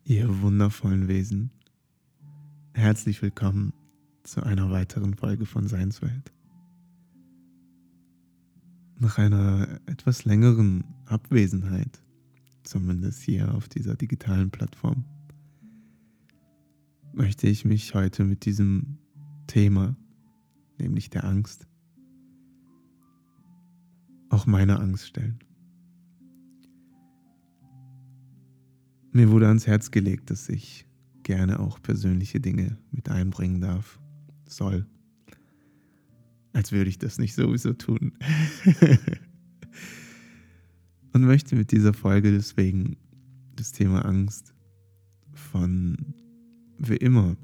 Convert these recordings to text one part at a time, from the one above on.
Ihr wundervollen Wesen, herzlich willkommen zu einer weiteren Folge von Seinswelt. Nach einer etwas längeren Abwesenheit, zumindest hier auf dieser digitalen Plattform, möchte ich mich heute mit diesem Thema, nämlich der Angst, auch meiner Angst stellen. Mir wurde ans Herz gelegt, dass ich gerne auch persönliche Dinge mit einbringen darf, soll. Als würde ich das nicht sowieso tun. Und möchte mit dieser Folge deswegen das Thema Angst von, wie immer,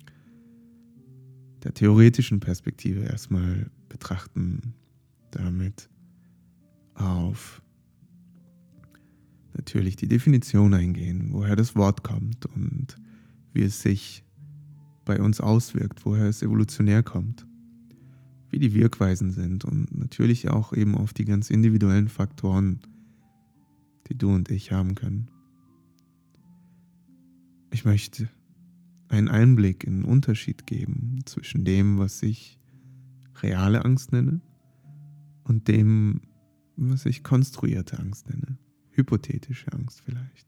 der theoretischen Perspektive erstmal betrachten, damit auf natürlich die Definition eingehen, woher das Wort kommt und wie es sich bei uns auswirkt, woher es evolutionär kommt, wie die Wirkweisen sind und natürlich auch eben auf die ganz individuellen Faktoren, die du und ich haben können. Ich möchte einen Einblick in den Unterschied geben zwischen dem, was ich reale Angst nenne und dem, was ich konstruierte Angst nenne. Hypothetische Angst vielleicht.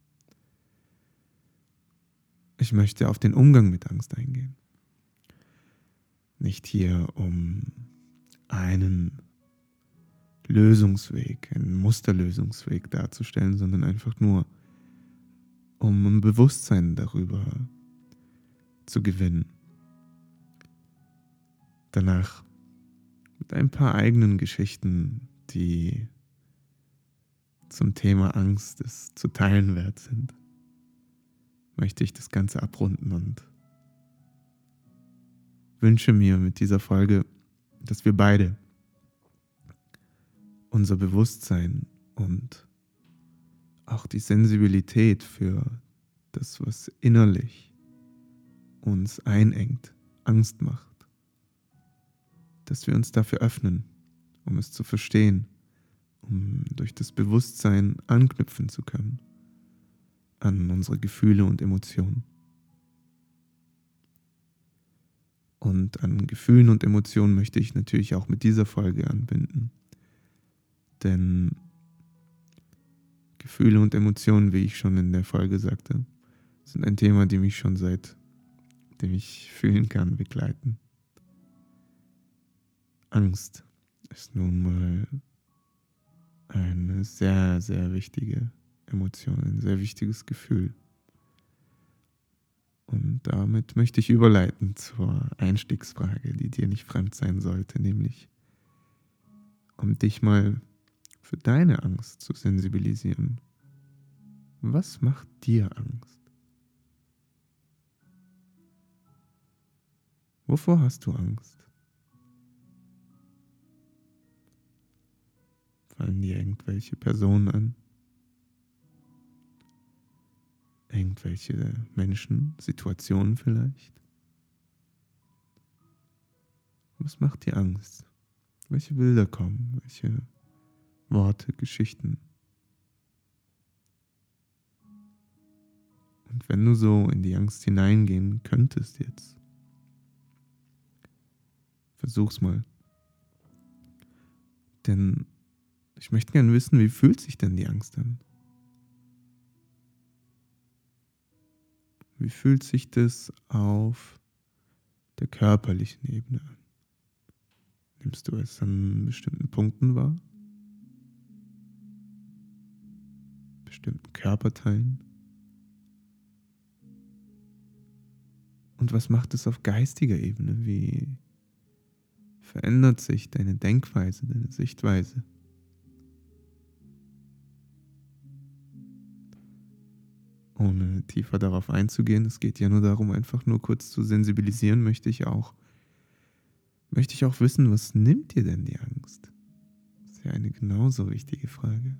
Ich möchte auf den Umgang mit Angst eingehen. Nicht hier um einen Lösungsweg, einen Musterlösungsweg darzustellen, sondern einfach nur um ein Bewusstsein darüber zu gewinnen. Danach mit ein paar eigenen Geschichten, die zum Thema Angst es zu teilen wert sind, möchte ich das Ganze abrunden und wünsche mir mit dieser Folge, dass wir beide unser Bewusstsein und auch die Sensibilität für das, was innerlich uns einengt, Angst macht, dass wir uns dafür öffnen, um es zu verstehen, um durch das Bewusstsein anknüpfen zu können an unsere Gefühle und Emotionen. Und an Gefühlen und Emotionen möchte ich natürlich auch mit dieser Folge anbinden. Denn Gefühle und Emotionen, wie ich schon in der Folge sagte, sind ein Thema, die mich schon seitdem ich fühlen kann, begleiten. Angst ist nun mal eine sehr, sehr wichtige Emotion, ein sehr wichtiges Gefühl. Und damit möchte ich überleiten zur Einstiegsfrage, die dir nicht fremd sein sollte, nämlich um dich mal für deine Angst zu sensibilisieren. Was macht dir Angst? Wovor hast du Angst? Fallen dir irgendwelche Personen an? Irgendwelche Menschen, Situationen vielleicht? Was macht dir Angst? Welche Bilder kommen? Welche Worte, Geschichten? Und wenn du so in die Angst hineingehen könntest jetzt, versuch's mal. Denn ich möchte gerne wissen, wie fühlt sich denn die Angst an? Wie fühlt sich das auf der körperlichen Ebene an? Nimmst du es an bestimmten Punkten wahr? Bestimmten Körperteilen? Und was macht es auf geistiger Ebene? Wie verändert sich deine Denkweise, deine Sichtweise? Ohne tiefer darauf einzugehen, es geht ja nur darum, einfach nur kurz zu sensibilisieren, möchte ich auch wissen, was nimmt dir denn die Angst? Das ist ja eine genauso wichtige Frage.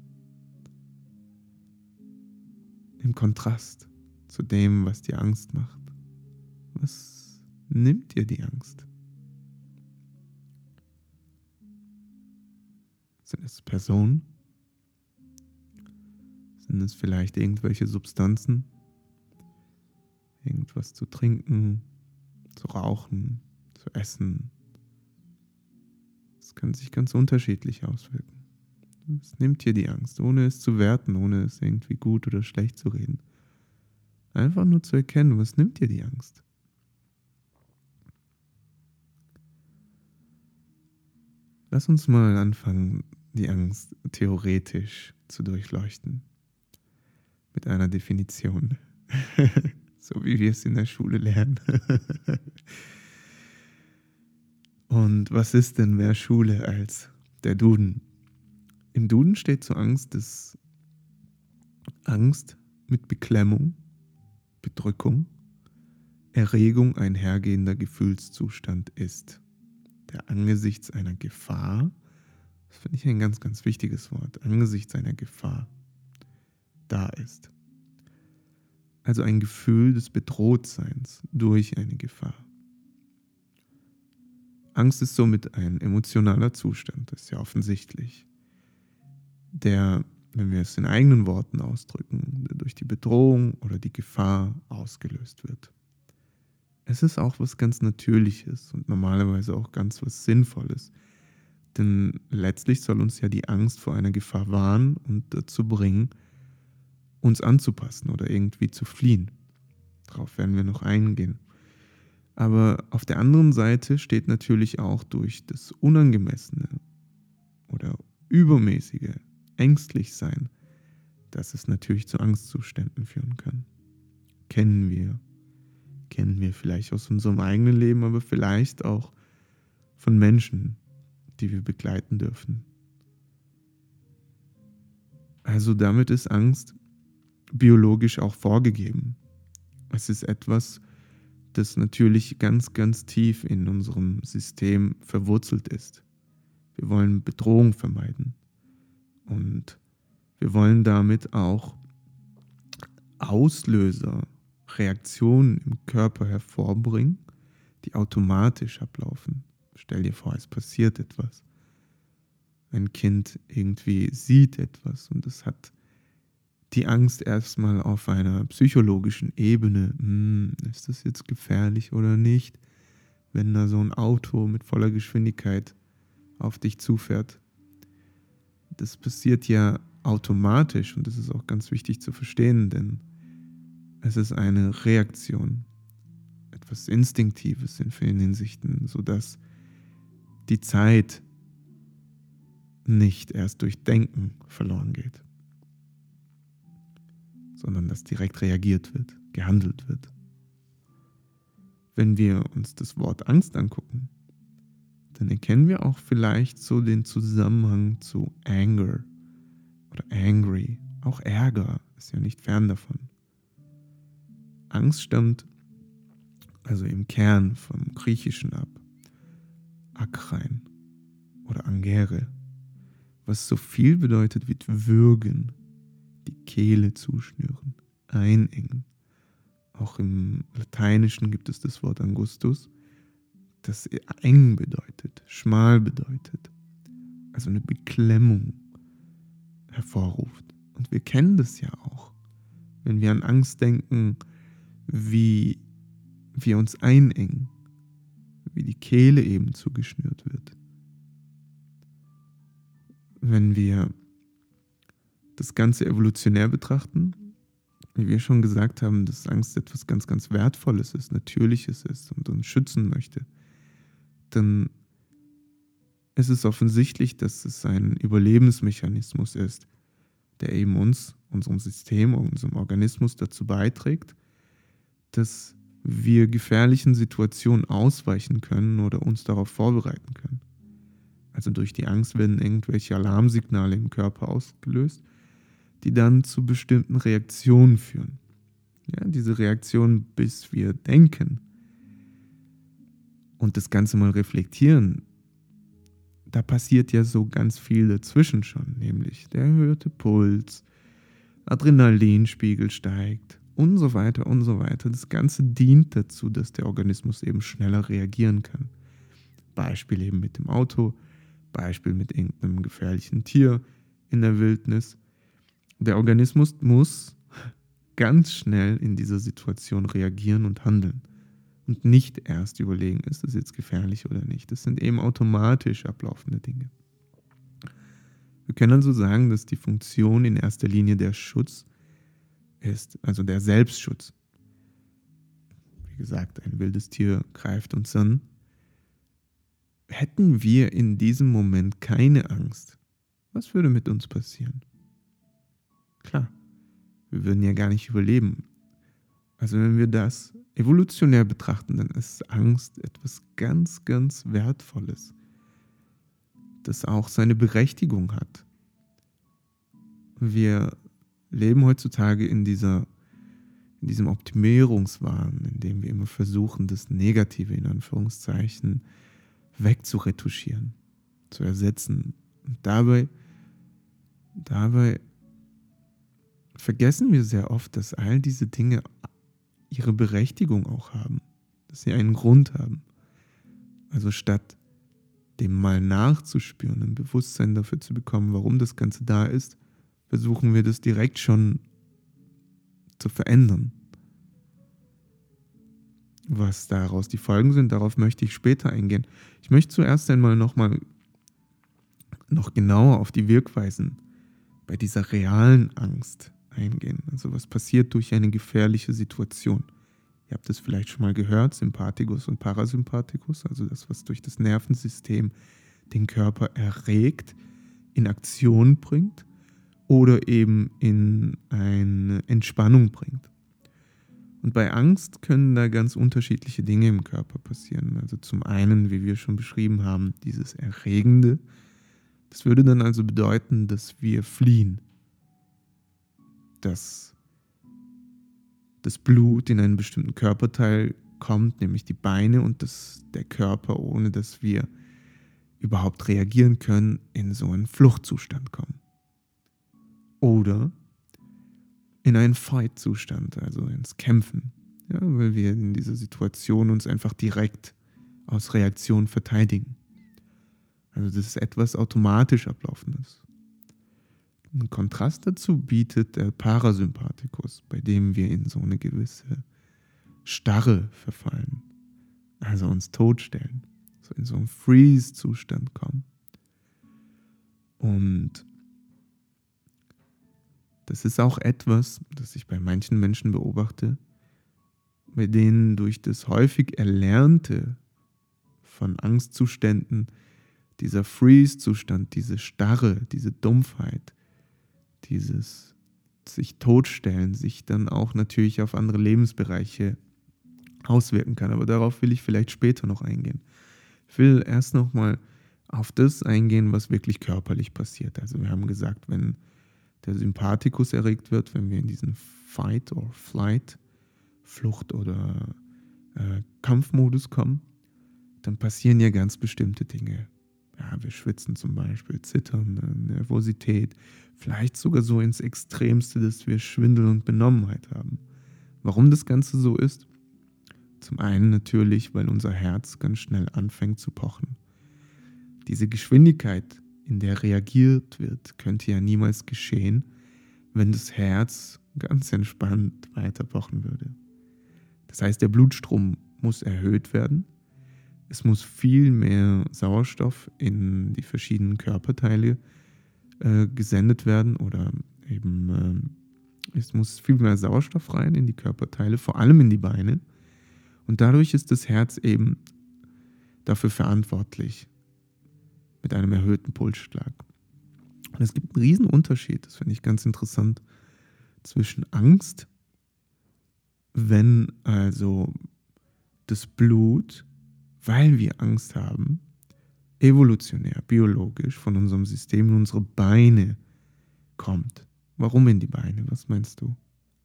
Im Kontrast zu dem, was dir Angst macht. Was nimmt dir die Angst? Sind es Personen? Sind es vielleicht irgendwelche Substanzen? irgendwas zu trinken, zu rauchen, zu essen. Das kann sich ganz unterschiedlich auswirken. Es nimmt dir die Angst, ohne es zu werten, ohne es irgendwie gut oder schlecht zu reden. Einfach nur zu erkennen, was nimmt dir die Angst? Lass uns mal anfangen, die Angst theoretisch zu durchleuchten. Mit einer Definition. So wie wir es in der Schule lernen. Und was ist denn mehr Schule als der Duden? Im Duden steht zur Angst, dass Angst mit Beklemmung, Bedrückung, Erregung einhergehender Gefühlszustand ist, der angesichts einer Gefahr, das finde ich ein ganz, ganz wichtiges Wort, angesichts einer Gefahr da ist. Also ein Gefühl des Bedrohtseins durch eine Gefahr. Angst ist somit ein emotionaler Zustand, das ist ja offensichtlich, der, wenn wir es in eigenen Worten ausdrücken, durch die Bedrohung oder die Gefahr ausgelöst wird. Es ist auch was ganz Natürliches und normalerweise auch ganz was Sinnvolles, denn letztlich soll uns ja die Angst vor einer Gefahr warnen und dazu bringen, uns anzupassen oder irgendwie zu fliehen. Darauf werden wir noch eingehen. Aber auf der anderen Seite steht natürlich auch durch das unangemessene oder übermäßige Ängstlichsein, dass es natürlich zu Angstzuständen führen kann. Kennen wir vielleicht aus unserem eigenen Leben, aber vielleicht auch von Menschen, die wir begleiten dürfen. Also damit ist Angst biologisch auch vorgegeben. Es ist etwas, das natürlich ganz, ganz tief in unserem System verwurzelt ist. Wir wollen Bedrohung vermeiden und wir wollen damit auch Auslöser, Reaktionen im Körper hervorbringen, die automatisch ablaufen. Stell dir vor, es passiert etwas. Ein Kind irgendwie sieht etwas und es hat die Angst erstmal auf einer psychologischen Ebene. Ist das jetzt gefährlich oder nicht? Wenn da so ein Auto mit voller Geschwindigkeit auf dich zufährt. Das passiert ja automatisch und das ist auch ganz wichtig zu verstehen, denn es ist eine Reaktion, etwas Instinktives in vielen Hinsichten, sodass die Zeit nicht erst durch Denken verloren geht, sondern dass direkt reagiert wird, gehandelt wird. Wenn wir uns das Wort Angst angucken, dann erkennen wir auch vielleicht so den Zusammenhang zu Anger oder Angry. Auch Ärger ist ja nicht fern davon. Angst stammt also im Kern vom Griechischen ab. Akrein oder Angere, was so viel bedeutet wie würgen, die Kehle zuschnüren, einengen. Auch im Lateinischen gibt es das Wort Angustus, das eng bedeutet, schmal bedeutet, also eine Beklemmung hervorruft. Und wir kennen das ja auch, wenn wir an Angst denken, wie wir uns einengen, wie die Kehle eben zugeschnürt wird. Wenn wir das Ganze evolutionär betrachten, wie wir schon gesagt haben, dass Angst etwas ganz, ganz Wertvolles ist, Natürliches ist und uns schützen möchte, dann ist es offensichtlich, dass es ein Überlebensmechanismus ist, der eben uns, unserem System, unserem Organismus dazu beiträgt, dass wir gefährlichen Situationen ausweichen können oder uns darauf vorbereiten können. Also durch die Angst werden irgendwelche Alarmsignale im Körper ausgelöst, die dann zu bestimmten Reaktionen führen. Ja, diese Reaktionen, bis wir denken und das Ganze mal reflektieren, da passiert ja so ganz viel dazwischen schon, nämlich der erhöhte Puls, Adrenalinspiegel steigt und so weiter und so weiter. Das Ganze dient dazu, dass der Organismus eben schneller reagieren kann. Beispiel eben mit dem Auto, Beispiel mit irgendeinem gefährlichen Tier in der Wildnis. Der Organismus muss ganz schnell in dieser Situation reagieren und handeln und nicht erst überlegen, ist das jetzt gefährlich oder nicht. Das sind eben automatisch ablaufende Dinge. Wir können also sagen, dass die Funktion in erster Linie der Schutz ist, also der Selbstschutz. Wie gesagt, ein wildes Tier greift uns an. Hätten wir in diesem Moment keine Angst, was würde mit uns passieren? Klar, wir würden ja gar nicht überleben. Also wenn wir das evolutionär betrachten, dann ist Angst etwas ganz, ganz Wertvolles, das auch seine Berechtigung hat. Wir leben heutzutage in diesem Optimierungswahn, in dem wir immer versuchen, das Negative in Anführungszeichen wegzuretuschieren, zu ersetzen. Und dabei vergessen wir sehr oft, dass all diese Dinge ihre Berechtigung auch haben, dass sie einen Grund haben. Also statt dem mal nachzuspüren, ein Bewusstsein dafür zu bekommen, warum das Ganze da ist, versuchen wir das direkt schon zu verändern. Was daraus die Folgen sind, darauf möchte ich später eingehen. Ich möchte zuerst einmal noch genauer auf die Wirkweisen bei dieser realen Angst eingehen. Also was passiert durch eine gefährliche Situation. Ihr habt es vielleicht schon mal gehört, Sympathikus und Parasympathikus, also das, was durch das Nervensystem den Körper erregt, in Aktion bringt oder eben in eine Entspannung bringt. Und bei Angst können da ganz unterschiedliche Dinge im Körper passieren. Also zum einen, wie wir schon beschrieben haben, dieses Erregende. Das würde dann also bedeuten, dass wir fliehen. Dass das Blut in einen bestimmten Körperteil kommt, nämlich die Beine, und dass der Körper, ohne dass wir überhaupt reagieren können, in so einen Fluchtzustand kommt. Oder in einen Fight-Zustand, also ins Kämpfen, ja, weil wir in dieser Situation uns einfach direkt aus Reaktion verteidigen. Also das ist etwas automatisch Ablaufendes. Ein Kontrast dazu bietet der Parasympathikus, bei dem wir in so eine gewisse Starre verfallen, also uns totstellen, so in so einen Freeze-Zustand kommen. Und das ist auch etwas, das ich bei manchen Menschen beobachte, bei denen durch das häufig Erlernte von Angstzuständen dieser Freeze-Zustand, diese Starre, diese Dumpfheit, dieses sich totstellen, sich dann auch natürlich auf andere Lebensbereiche auswirken kann. Aber darauf will ich vielleicht später noch eingehen. Ich will erst noch mal auf das eingehen, was wirklich körperlich passiert. Also wir haben gesagt, wenn der Sympathikus erregt wird, wenn wir in diesen Fight or Flight, Flucht- oder Kampfmodus kommen, dann passieren ja ganz bestimmte Dinge. Ja, wir schwitzen zum Beispiel, Zittern, Nervosität, vielleicht sogar so ins Extremste, dass wir Schwindel und Benommenheit haben. Warum das Ganze so ist? Zum einen natürlich, weil unser Herz ganz schnell anfängt zu pochen. Diese Geschwindigkeit, in der reagiert wird, könnte ja niemals geschehen, wenn das Herz ganz entspannt weiter pochen würde. Das heißt, der Blutstrom muss erhöht werden. Es muss viel mehr Sauerstoff in die verschiedenen Körperteile gesendet werden oder eben es muss viel mehr Sauerstoff rein in die Körperteile, vor allem in die Beine. Und dadurch ist das Herz eben dafür verantwortlich mit einem erhöhten Pulsschlag. Und es gibt einen riesen Unterschied, das finde ich ganz interessant, zwischen Angst, wenn also das Blut, weil wir Angst haben, evolutionär, biologisch von unserem System in unsere Beine kommt. Warum in die Beine? Was meinst du?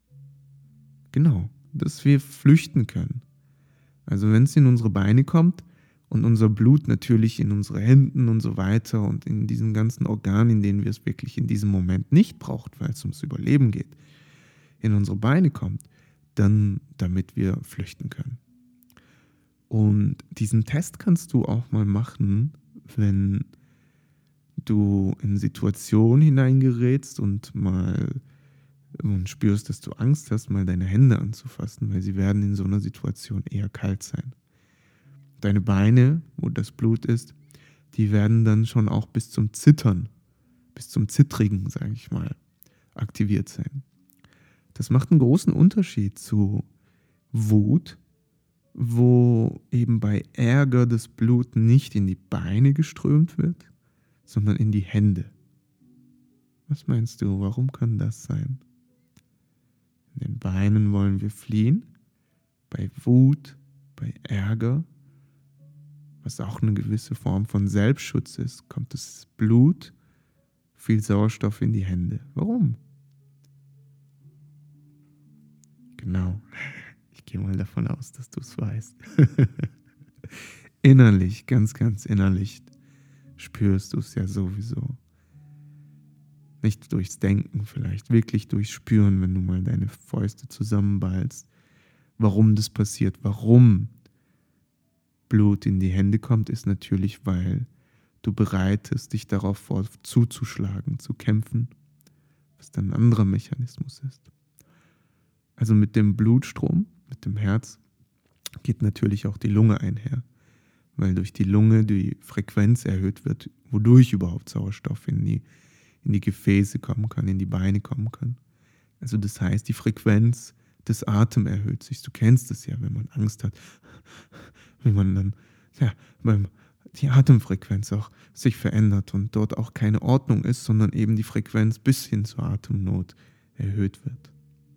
Genau, dass wir flüchten können. Also wenn es in unsere Beine kommt und unser Blut natürlich in unsere Händen und so weiter und in diesen ganzen Organen, in denen wir es wirklich in diesem Moment nicht braucht, weil es ums Überleben geht, in unsere Beine kommt, dann damit wir flüchten können. Und diesen Test kannst du auch mal machen, wenn du in Situationen hineingerätst und mal und spürst, dass du Angst hast, mal deine Hände anzufassen, weil sie werden in so einer Situation eher kalt sein. Deine Beine, wo das Blut ist, die werden dann schon auch bis zum Zittern, bis zum Zittrigen, sage ich mal, aktiviert sein. Das macht einen großen Unterschied zu Wut, wo eben bei Ärger das Blut nicht in die Beine geströmt wird, sondern in die Hände. Was meinst du, warum kann das sein? In den Beinen wollen wir fliehen, bei Wut, bei Ärger, was auch eine gewisse Form von Selbstschutz ist, kommt das Blut, viel Sauerstoff in die Hände. Warum? Genau. Ich gehe mal davon aus, dass du es weißt. Innerlich, ganz, ganz innerlich spürst du es ja sowieso. Nicht durchs Denken vielleicht, wirklich durchs Spüren, wenn du mal deine Fäuste zusammenballst. Warum das passiert, warum Blut in die Hände kommt, ist natürlich, weil du bereit bist, dich darauf zuzuschlagen, zu kämpfen, was dann ein anderer Mechanismus ist. Also mit dem Blutstrom, mit dem Herz, geht natürlich auch die Lunge einher, weil durch die Lunge die Frequenz erhöht wird, wodurch überhaupt Sauerstoff in die Gefäße kommen kann, in die Beine kommen kann. Also das heißt, die Frequenz des Atems erhöht sich. Du kennst es ja, wenn man Angst hat, wie man dann, ja, die Atemfrequenz auch sich verändert und dort auch keine Ordnung ist, sondern eben die Frequenz bis hin zur Atemnot erhöht wird.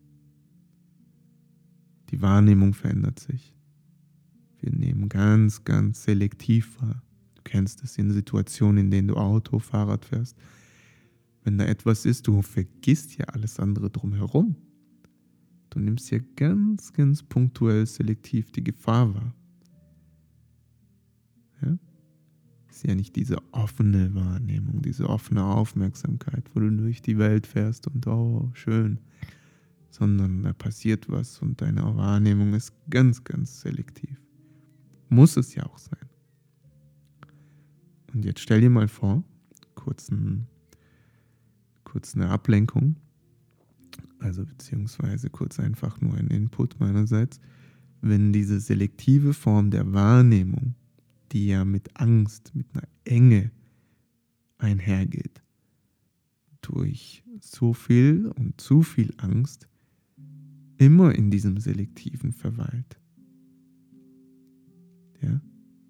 Die Wahrnehmung verändert sich. Wir nehmen ganz, ganz selektiv wahr. Du kennst es in Situationen, in denen du Auto, Fahrrad fährst. Wenn da etwas ist, du vergisst ja alles andere drumherum. Du nimmst ja ganz, ganz punktuell selektiv die Gefahr wahr. Ja? Ist ja nicht diese offene Wahrnehmung, diese offene Aufmerksamkeit, wo du durch die Welt fährst und oh, schön. Sondern da passiert was und deine Wahrnehmung ist ganz, ganz selektiv. Muss es ja auch sein. Und jetzt stell dir mal vor, kurz eine Ablenkung, also beziehungsweise kurz einfach nur ein Input meinerseits, wenn diese selektive Form der Wahrnehmung, die ja mit Angst, mit einer Enge einhergeht, durch so viel und zu viel Angst immer in diesem Selektiven verweilt. Ja?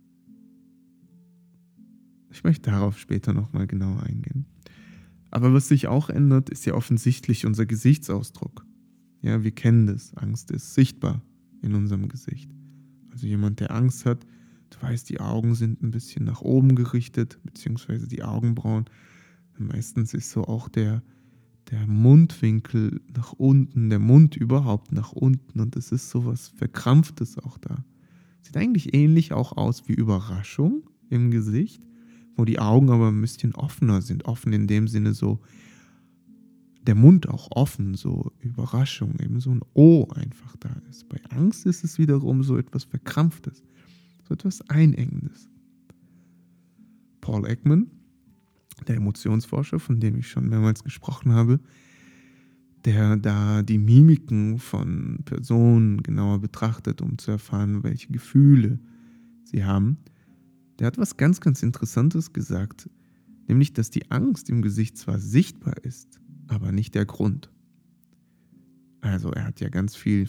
Ich möchte darauf später nochmal genauer eingehen. Aber was sich auch ändert, ist ja offensichtlich unser Gesichtsausdruck. Ja, wir kennen das. Angst ist sichtbar in unserem Gesicht. Also jemand, der Angst hat, du weißt, die Augen sind ein bisschen nach oben gerichtet, beziehungsweise die Augenbrauen. Meistens ist so auch der Mundwinkel nach unten, der Mund überhaupt nach unten und es ist so was Verkrampftes auch da. Sieht eigentlich ähnlich auch aus wie Überraschung im Gesicht, wo die Augen aber ein bisschen offener sind. Offen in dem Sinne so, der Mund auch offen, so Überraschung, eben so ein O einfach da ist. Bei Angst ist es wiederum so etwas Verkrampftes, so etwas Einengendes. Paul Ekman, der Emotionsforscher, von dem ich schon mehrmals gesprochen habe, der da die Mimiken von Personen genauer betrachtet, um zu erfahren, welche Gefühle sie haben, der hat was ganz, ganz Interessantes gesagt, nämlich, dass die Angst im Gesicht zwar sichtbar ist, aber nicht der Grund. Also er hat ja ganz viel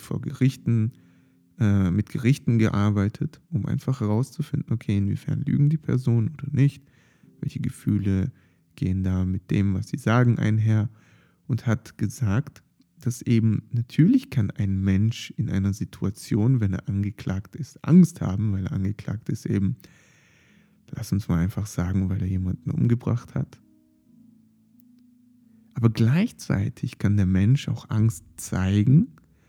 mit Gerichten gearbeitet, um einfach herauszufinden, okay, inwiefern lügen die Personen oder nicht, welche Gefühle gehen da mit dem, was sie sagen, einher, und hat gesagt, dass eben natürlich kann ein Mensch in einer Situation, wenn er angeklagt ist, Angst haben, weil er angeklagt ist eben, lass uns mal einfach sagen, weil er jemanden umgebracht hat. Aber gleichzeitig kann der Mensch auch Angst zeigen,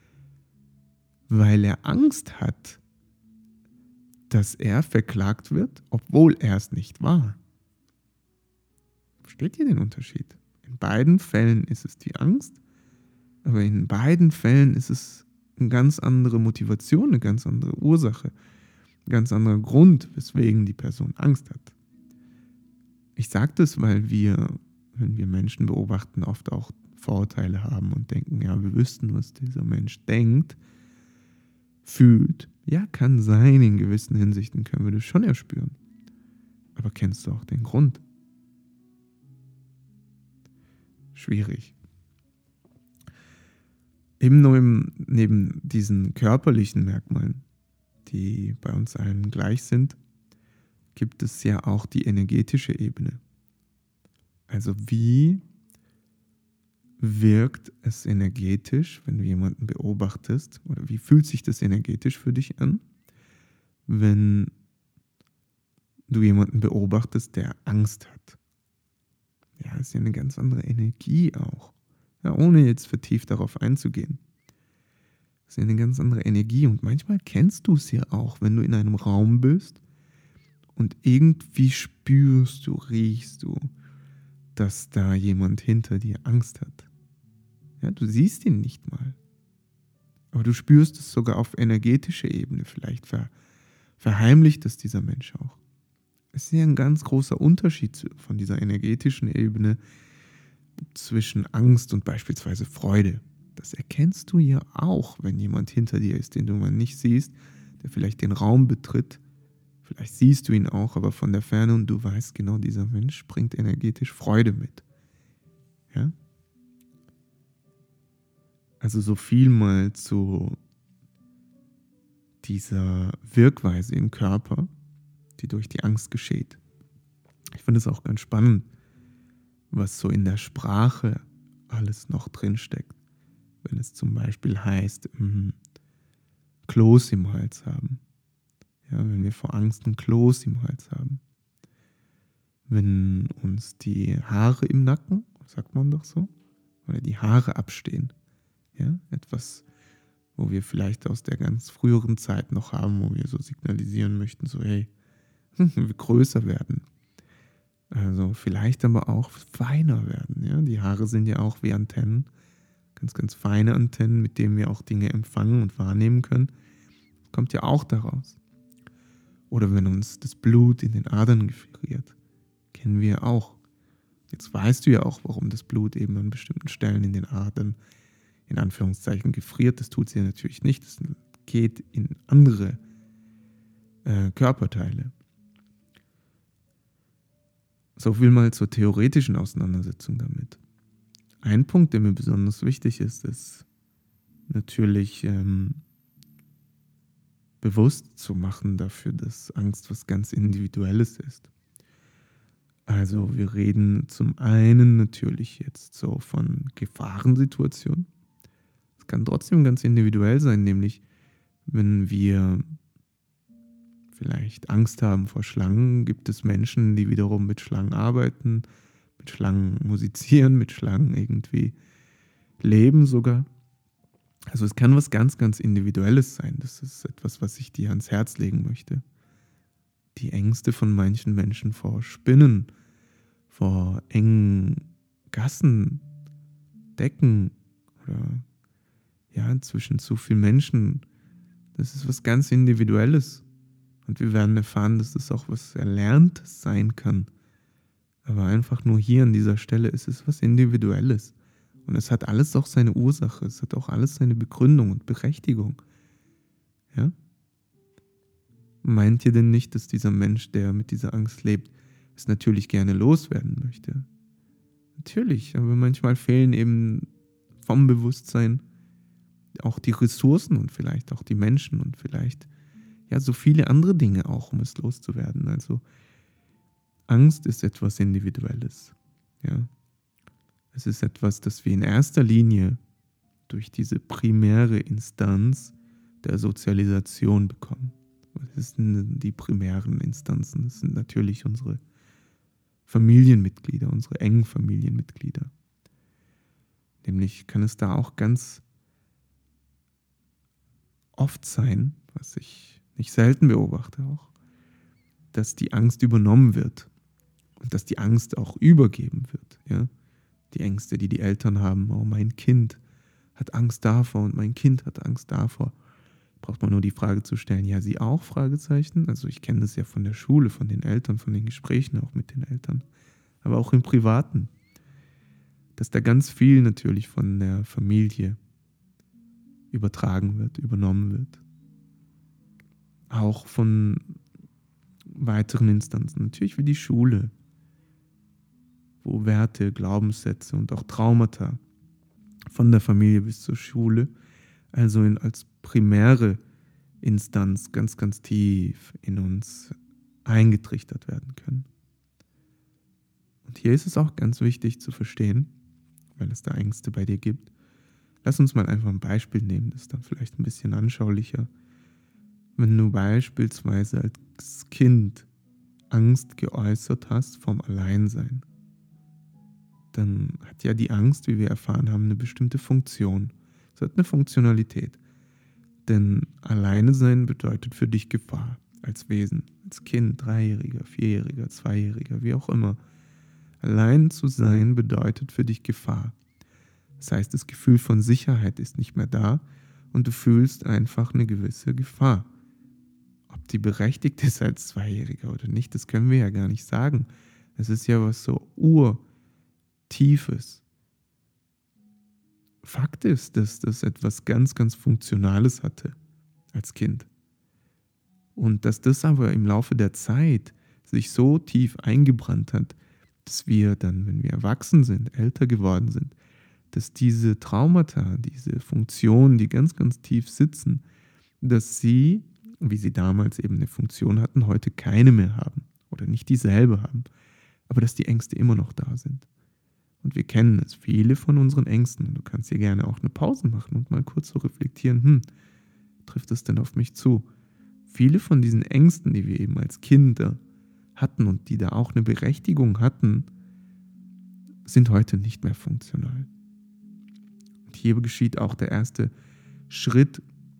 weil er Angst hat, dass er verklagt wird, obwohl er es nicht war. Versteht ihr den Unterschied? In beiden Fällen ist es die Angst, aber in beiden Fällen ist es eine ganz andere Motivation, eine ganz andere Ursache, ein ganz anderer Grund, weswegen die Person Angst hat. Ich sage das, weil wir, wenn wir Menschen beobachten, oft auch Vorurteile haben und denken, ja, wir wüssten, was dieser Mensch denkt, fühlt. Ja, kann sein, in gewissen Hinsichten können wir das schon erspüren. Aber kennst du auch den Grund? Schwierig. Eben nur neben diesen körperlichen Merkmalen, die bei uns allen gleich sind, gibt es ja auch die energetische Ebene. Also wie wirkt es energetisch, wenn du jemanden beobachtest, oder wie fühlt sich das energetisch für dich an, wenn du jemanden beobachtest, der Angst hat? Ja, ist ja eine ganz andere Energie auch. Ja, ohne jetzt vertieft darauf einzugehen. Das ist ja eine ganz andere Energie und manchmal kennst du es ja auch, wenn du in einem Raum bist und irgendwie spürst du, riechst du, dass da jemand hinter dir Angst hat. Ja, du siehst ihn nicht mal. Aber du spürst es sogar auf energetischer Ebene. Vielleicht verheimlicht es dieser Mensch auch. Es ist ja ein ganz großer Unterschied von dieser energetischen Ebene zwischen Angst und beispielsweise Freude. Das erkennst du ja auch, wenn jemand hinter dir ist, den du mal nicht siehst, der vielleicht den Raum betritt. Vielleicht siehst du ihn auch, aber von der Ferne und du weißt genau, dieser Mensch bringt energetisch Freude mit. Ja? Also so viel mal zu dieser Wirkweise im Körper, die durch die Angst geschieht. Ich finde es auch ganz spannend, was so in der Sprache alles noch drinsteckt. Wenn es zum Beispiel heißt, Kloß im Hals haben. Ja, wenn wir vor Angst ein Kloß im Hals haben. Wenn uns die Haare im Nacken, sagt man doch so, oder die Haare abstehen. Ja, etwas, wo wir vielleicht aus der ganz früheren Zeit noch haben, wo wir so signalisieren möchten, so hey, wir größer werden. Also vielleicht aber auch feiner werden. Ja? Die Haare sind ja auch wie Antennen, ganz, ganz feine Antennen, mit denen wir auch Dinge empfangen und wahrnehmen können. Das kommt ja auch daraus. Oder wenn uns das Blut in den Adern gefriert, kennen wir auch. Jetzt weißt du ja auch, warum das Blut eben an bestimmten Stellen in den Adern in Anführungszeichen gefriert. Das tut sie ja natürlich nicht. Das geht in andere Körperteile. So viel mal zur theoretischen Auseinandersetzung damit. Ein Punkt, der mir besonders wichtig ist, ist natürlich bewusst zu machen dafür, dass Angst was ganz Individuelles ist. Also wir reden zum einen natürlich jetzt so von Gefahrensituationen. Es kann trotzdem ganz individuell sein, nämlich wenn wir vielleicht Angst haben vor Schlangen, gibt es Menschen, die wiederum mit Schlangen arbeiten, mit Schlangen musizieren, mit Schlangen irgendwie leben sogar. Also es kann was ganz, ganz Individuelles sein. Das ist etwas, was ich dir ans Herz legen möchte. Die Ängste von manchen Menschen vor Spinnen, vor engen Gassen, Decken oder ja, zwischen zu vielen Menschen, das ist was ganz Individuelles. Und wir werden erfahren, dass das auch was Erlerntes sein kann. Aber einfach nur hier an dieser Stelle ist es was Individuelles. Und es hat alles auch seine Ursache, es hat auch alles seine Begründung und Berechtigung. Ja? Meint ihr denn nicht, dass dieser Mensch, der mit dieser Angst lebt, es natürlich gerne loswerden möchte? Natürlich, aber manchmal fehlen eben vom Bewusstsein auch die Ressourcen und vielleicht auch die Menschen und vielleicht ja so viele andere Dinge auch, um es loszuwerden. Also Angst ist etwas Individuelles. Ja. Es ist etwas, das wir in erster Linie durch diese primäre Instanz der Sozialisation bekommen. Was sind die primären Instanzen? Das sind natürlich unsere Familienmitglieder, unsere engen Familienmitglieder. Nämlich kann es da auch ganz oft sein, was ich nicht selten beobachte auch, dass die Angst übernommen wird und dass die Angst auch übergeben wird. Ja? Die Ängste, die die Eltern haben, oh, mein Kind hat Angst davor und mein Kind hat Angst davor. Braucht man nur die Frage zu stellen, ja, sie auch? Fragezeichen. Also ich kenne das ja von der Schule, von den Eltern, von den Gesprächen auch mit den Eltern, aber auch im Privaten, dass da ganz viel natürlich von der Familie übertragen wird, übernommen wird. Auch von weiteren Instanzen, natürlich wie die Schule, wo Werte, Glaubenssätze und auch Traumata von der Familie bis zur Schule, also als primäre Instanz ganz, ganz tief in uns eingetrichtert werden können. Und hier ist es auch ganz wichtig zu verstehen, weil es da Ängste bei dir gibt. Lass uns mal einfach ein Beispiel nehmen, das ist dann vielleicht ein bisschen anschaulicher. Wenn du beispielsweise als Kind Angst geäußert hast vom Alleinsein, dann hat ja die Angst, wie wir erfahren haben, eine bestimmte Funktion. Es hat eine Funktionalität. Denn alleine sein bedeutet für dich Gefahr als Wesen, als Kind, 3-Jähriger, 4-Jähriger, 2-Jähriger, wie auch immer. Allein zu sein bedeutet für dich Gefahr. Das heißt, das Gefühl von Sicherheit ist nicht mehr da und du fühlst einfach eine gewisse Gefahr. Ob die berechtigt ist als 2-Jähriger oder nicht, das können wir ja gar nicht sagen. Es ist ja was so Urtiefes. Fakt ist, dass das etwas ganz, ganz Funktionales hatte als Kind. Und dass das aber im Laufe der Zeit sich so tief eingebrannt hat, dass wir dann, wenn wir erwachsen sind, älter geworden sind, dass diese Traumata, diese Funktionen, die ganz, ganz tief sitzen, dass sie, wie sie damals eben eine Funktion hatten, heute keine mehr haben oder nicht dieselbe haben, aber dass die Ängste immer noch da sind. Und wir kennen es, viele von unseren Ängsten. Und du kannst hier gerne auch eine Pause machen und mal kurz so reflektieren, trifft das denn auf mich zu? Viele von diesen Ängsten, die wir eben als Kinder hatten und die da auch eine Berechtigung hatten, sind heute nicht mehr funktional. Und hier geschieht auch der erste Schritt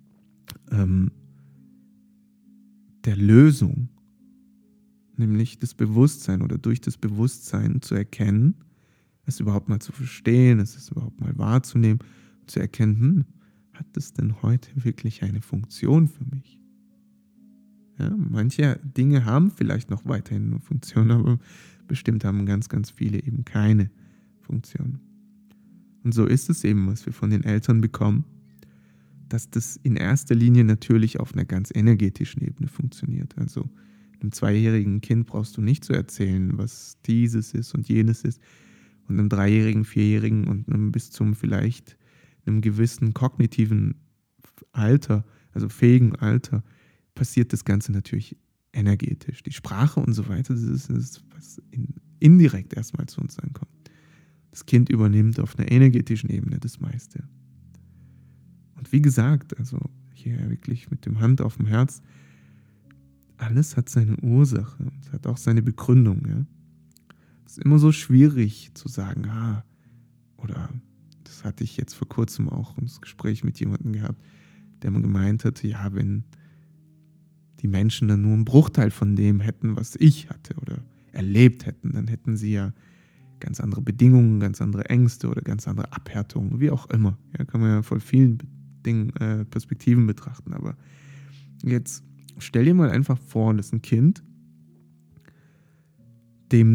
der Lösung, nämlich das Bewusstsein oder durch das Bewusstsein zu erkennen, es überhaupt mal zu verstehen, es überhaupt mal wahrzunehmen, zu erkennen, hat das denn heute wirklich eine Funktion für mich? Ja, manche Dinge haben vielleicht noch weiterhin eine Funktion, aber bestimmt haben ganz, ganz viele eben keine Funktion. Und so ist es eben, was wir von den Eltern bekommen, dass das in erster Linie natürlich auf einer ganz energetischen Ebene funktioniert. Also einem 2-jährigen Kind brauchst du nicht zu erzählen, was dieses ist und jenes ist. Und einem 3-jährigen, 4-jährigen und einem bis zum vielleicht einem gewissen kognitiven Alter, also fähigen Alter, passiert das Ganze natürlich energetisch. Die Sprache und so weiter, das ist was indirekt erstmal zu uns ankommt. Das Kind übernimmt auf einer energetischen Ebene das meiste. Und wie gesagt, also hier wirklich mit dem Hand auf dem Herz, alles hat seine Ursache und es hat auch seine Begründung, ja. Es ist immer so schwierig zu sagen, oder das hatte ich jetzt vor kurzem auch ein Gespräch mit jemandem gehabt, der mir gemeint hat, ja, wenn die Menschen dann nur einen Bruchteil von dem hätten, was ich hatte oder erlebt hätten, dann hätten sie ja ganz andere Bedingungen, ganz andere Ängste oder ganz andere Abhärtungen, wie auch immer. Ja, kann man ja von vielen Perspektiven betrachten, aber jetzt stell dir mal einfach vor, das ist ein Kind, dem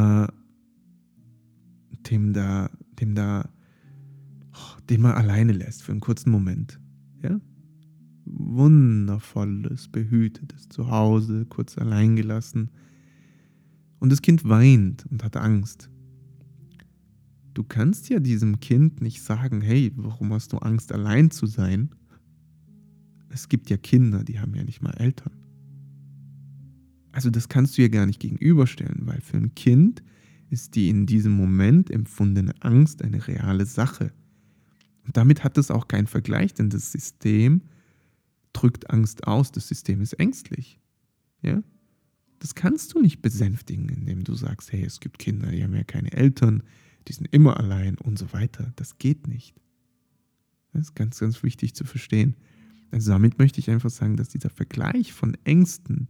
den man alleine lässt für einen kurzen Moment. Ja? Wundervolles, behütetes Zuhause, kurz allein gelassen. Und das Kind weint und hat Angst. Du kannst ja diesem Kind nicht sagen, hey, warum hast du Angst, allein zu sein? Es gibt ja Kinder, die haben ja nicht mal Eltern. Also das kannst du ja gar nicht gegenüberstellen, weil für ein Kind ist die in diesem Moment empfundene Angst eine reale Sache. Und damit hat es auch keinen Vergleich, denn das System drückt Angst aus, das System ist ängstlich. Ja? Das kannst du nicht besänftigen, indem du sagst, hey, es gibt Kinder, die haben ja keine Eltern, die sind immer allein und so weiter. Das geht nicht. Das ist ganz, ganz wichtig zu verstehen. Also damit möchte ich einfach sagen, dass dieser Vergleich von Ängsten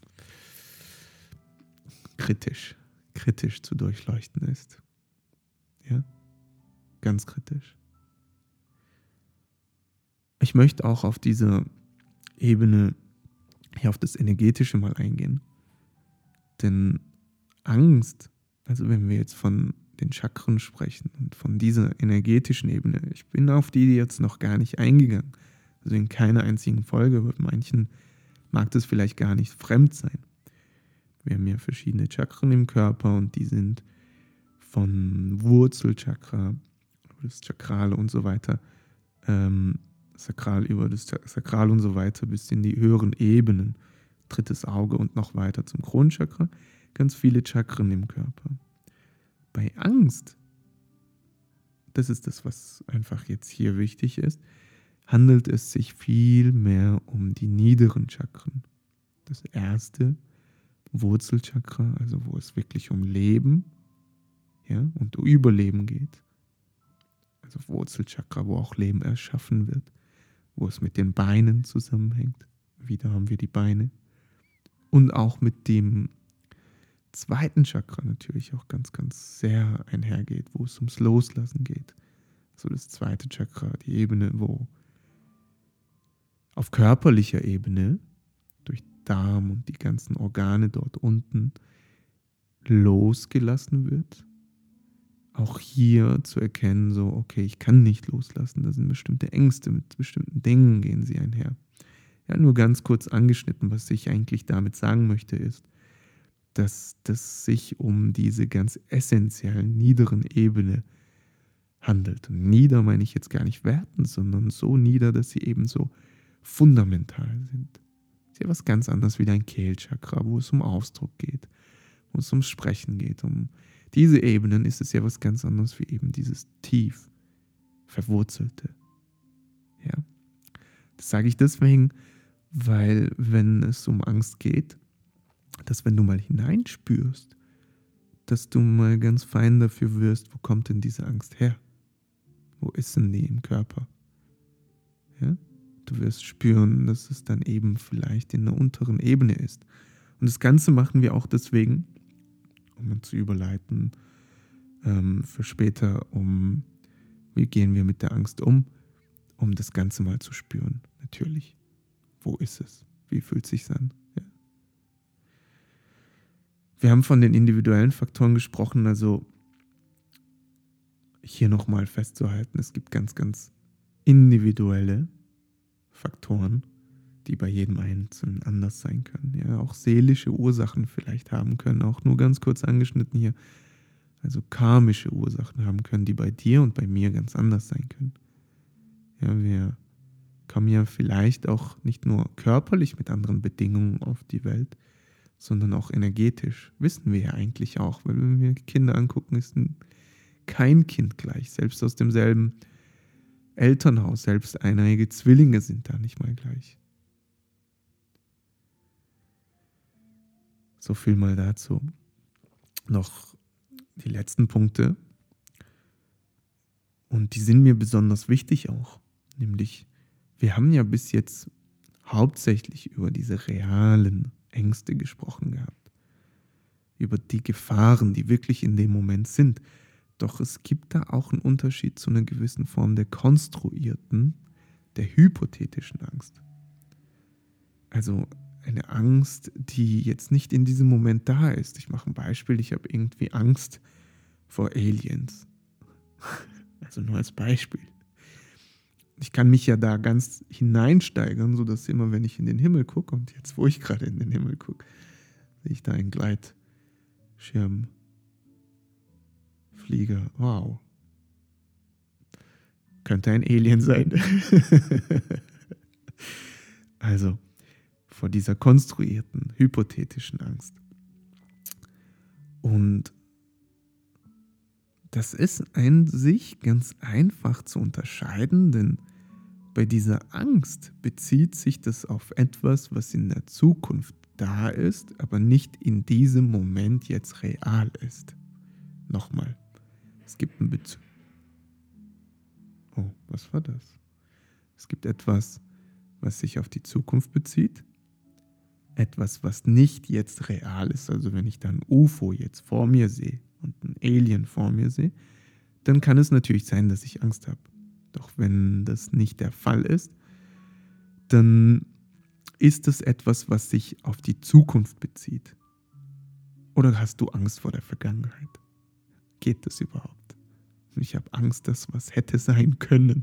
kritisch zu durchleuchten ist. Ja, ganz kritisch. Ich möchte auch auf dieser Ebene, hier auf das Energetische mal eingehen. Denn Angst, also wenn wir jetzt von den Chakren sprechen und von dieser energetischen Ebene. Ich bin auf die jetzt noch gar nicht eingegangen. Also in keiner einzigen Folge. Bei manchen mag das vielleicht gar nicht fremd sein. Wir haben ja verschiedene Chakren im Körper und die sind von Wurzelchakra, das Chakrale und so weiter, Sakral über das Sakral und so weiter bis in die höheren Ebenen, drittes Auge und noch weiter zum Kronchakra, ganz viele Chakren im Körper. Bei Angst, das ist das, was einfach jetzt hier wichtig ist, handelt es sich viel mehr um die niederen Chakren. Das erste Wurzelchakra, also wo es wirklich um Leben, ja, und Überleben geht. Also Wurzelchakra, wo auch Leben erschaffen wird, wo es mit den Beinen zusammenhängt. Wieder haben wir die Beine. Und auch mit dem zweiten Chakra natürlich auch ganz, ganz sehr einhergeht, wo es ums Loslassen geht. So das zweite Chakra, die Ebene, wo auf körperlicher Ebene durch Darm und die ganzen Organe dort unten losgelassen wird. Auch hier zu erkennen, so, okay, ich kann nicht loslassen, da sind bestimmte Ängste, mit bestimmten Dingen gehen sie einher. Ja, nur ganz kurz angeschnitten, was ich eigentlich damit sagen möchte, ist, dass das sich um diese ganz essentiellen, niederen Ebene handelt. Und nieder meine ich jetzt gar nicht wertend, sondern so nieder, dass sie eben so fundamental sind. Das ist ja was ganz anderes wie dein Kehlchakra, wo es um Ausdruck geht, wo es ums Sprechen geht. Um diese Ebenen ist es ja was ganz anderes wie eben dieses tief verwurzelte. Ja? Das sage ich deswegen, weil wenn es um Angst geht, dass wenn du mal hineinspürst, dass du mal ganz fein dafür wirst, wo kommt denn diese Angst her? Wo ist denn die im Körper? Ja? Du wirst spüren, dass es dann eben vielleicht in der unteren Ebene ist. Und das Ganze machen wir auch deswegen, um zu überleiten für später, wie gehen wir mit der Angst um das Ganze mal zu spüren, natürlich. Wo ist es? Wie fühlt es sich an? Ja. Wir haben von den individuellen Faktoren gesprochen, also hier nochmal festzuhalten, es gibt ganz, ganz individuelle Faktoren, die bei jedem Einzelnen anders sein können. Ja, auch seelische Ursachen vielleicht haben können, auch nur ganz kurz angeschnitten hier. Also karmische Ursachen haben können, die bei dir und bei mir ganz anders sein können. Ja, wir kommen ja vielleicht auch nicht nur körperlich mit anderen Bedingungen auf die Welt, sondern auch energetisch. Wissen wir ja eigentlich auch, weil wenn wir Kinder angucken, ist kein Kind gleich. Selbst aus demselben Elternhaus, selbst eineiige Zwillinge sind da nicht mal gleich. So viel mal dazu. Noch die letzten Punkte. Und die sind mir besonders wichtig auch. Nämlich, wir haben ja bis jetzt hauptsächlich über diese realen Ängste gesprochen gehabt. Über die Gefahren, die wirklich in dem Moment sind. Doch es gibt da auch einen Unterschied zu einer gewissen Form der konstruierten, der hypothetischen Angst. Also eine Angst, die jetzt nicht in diesem Moment da ist. Ich mache ein Beispiel, ich habe irgendwie Angst vor Aliens. Also nur als Beispiel. Ich kann mich ja da ganz hineinsteigern, sodass immer, wenn ich in den Himmel gucke, und jetzt, wo ich gerade in den Himmel gucke, sehe ich da einen Gleitschirmflieger. Wow. Könnte ein Alien sein. Also, vor dieser konstruierten, hypothetischen Angst. Und das ist an sich ganz einfach zu unterscheiden, denn bei dieser Angst bezieht sich das auf etwas, was in der Zukunft da ist, aber nicht in diesem Moment jetzt real ist. Nochmal, es gibt einen Bezug. Oh, was war das? Es gibt etwas, was sich auf die Zukunft bezieht, etwas, was nicht jetzt real ist. Also wenn ich da ein UFO jetzt vor mir sehe und ein Alien vor mir sehe, dann kann es natürlich sein, dass ich Angst habe. Doch wenn das nicht der Fall ist, dann ist es etwas, was sich auf die Zukunft bezieht. Oder hast du Angst vor der Vergangenheit? geht das überhaupt? Ich habe Angst, dass was hätte sein können.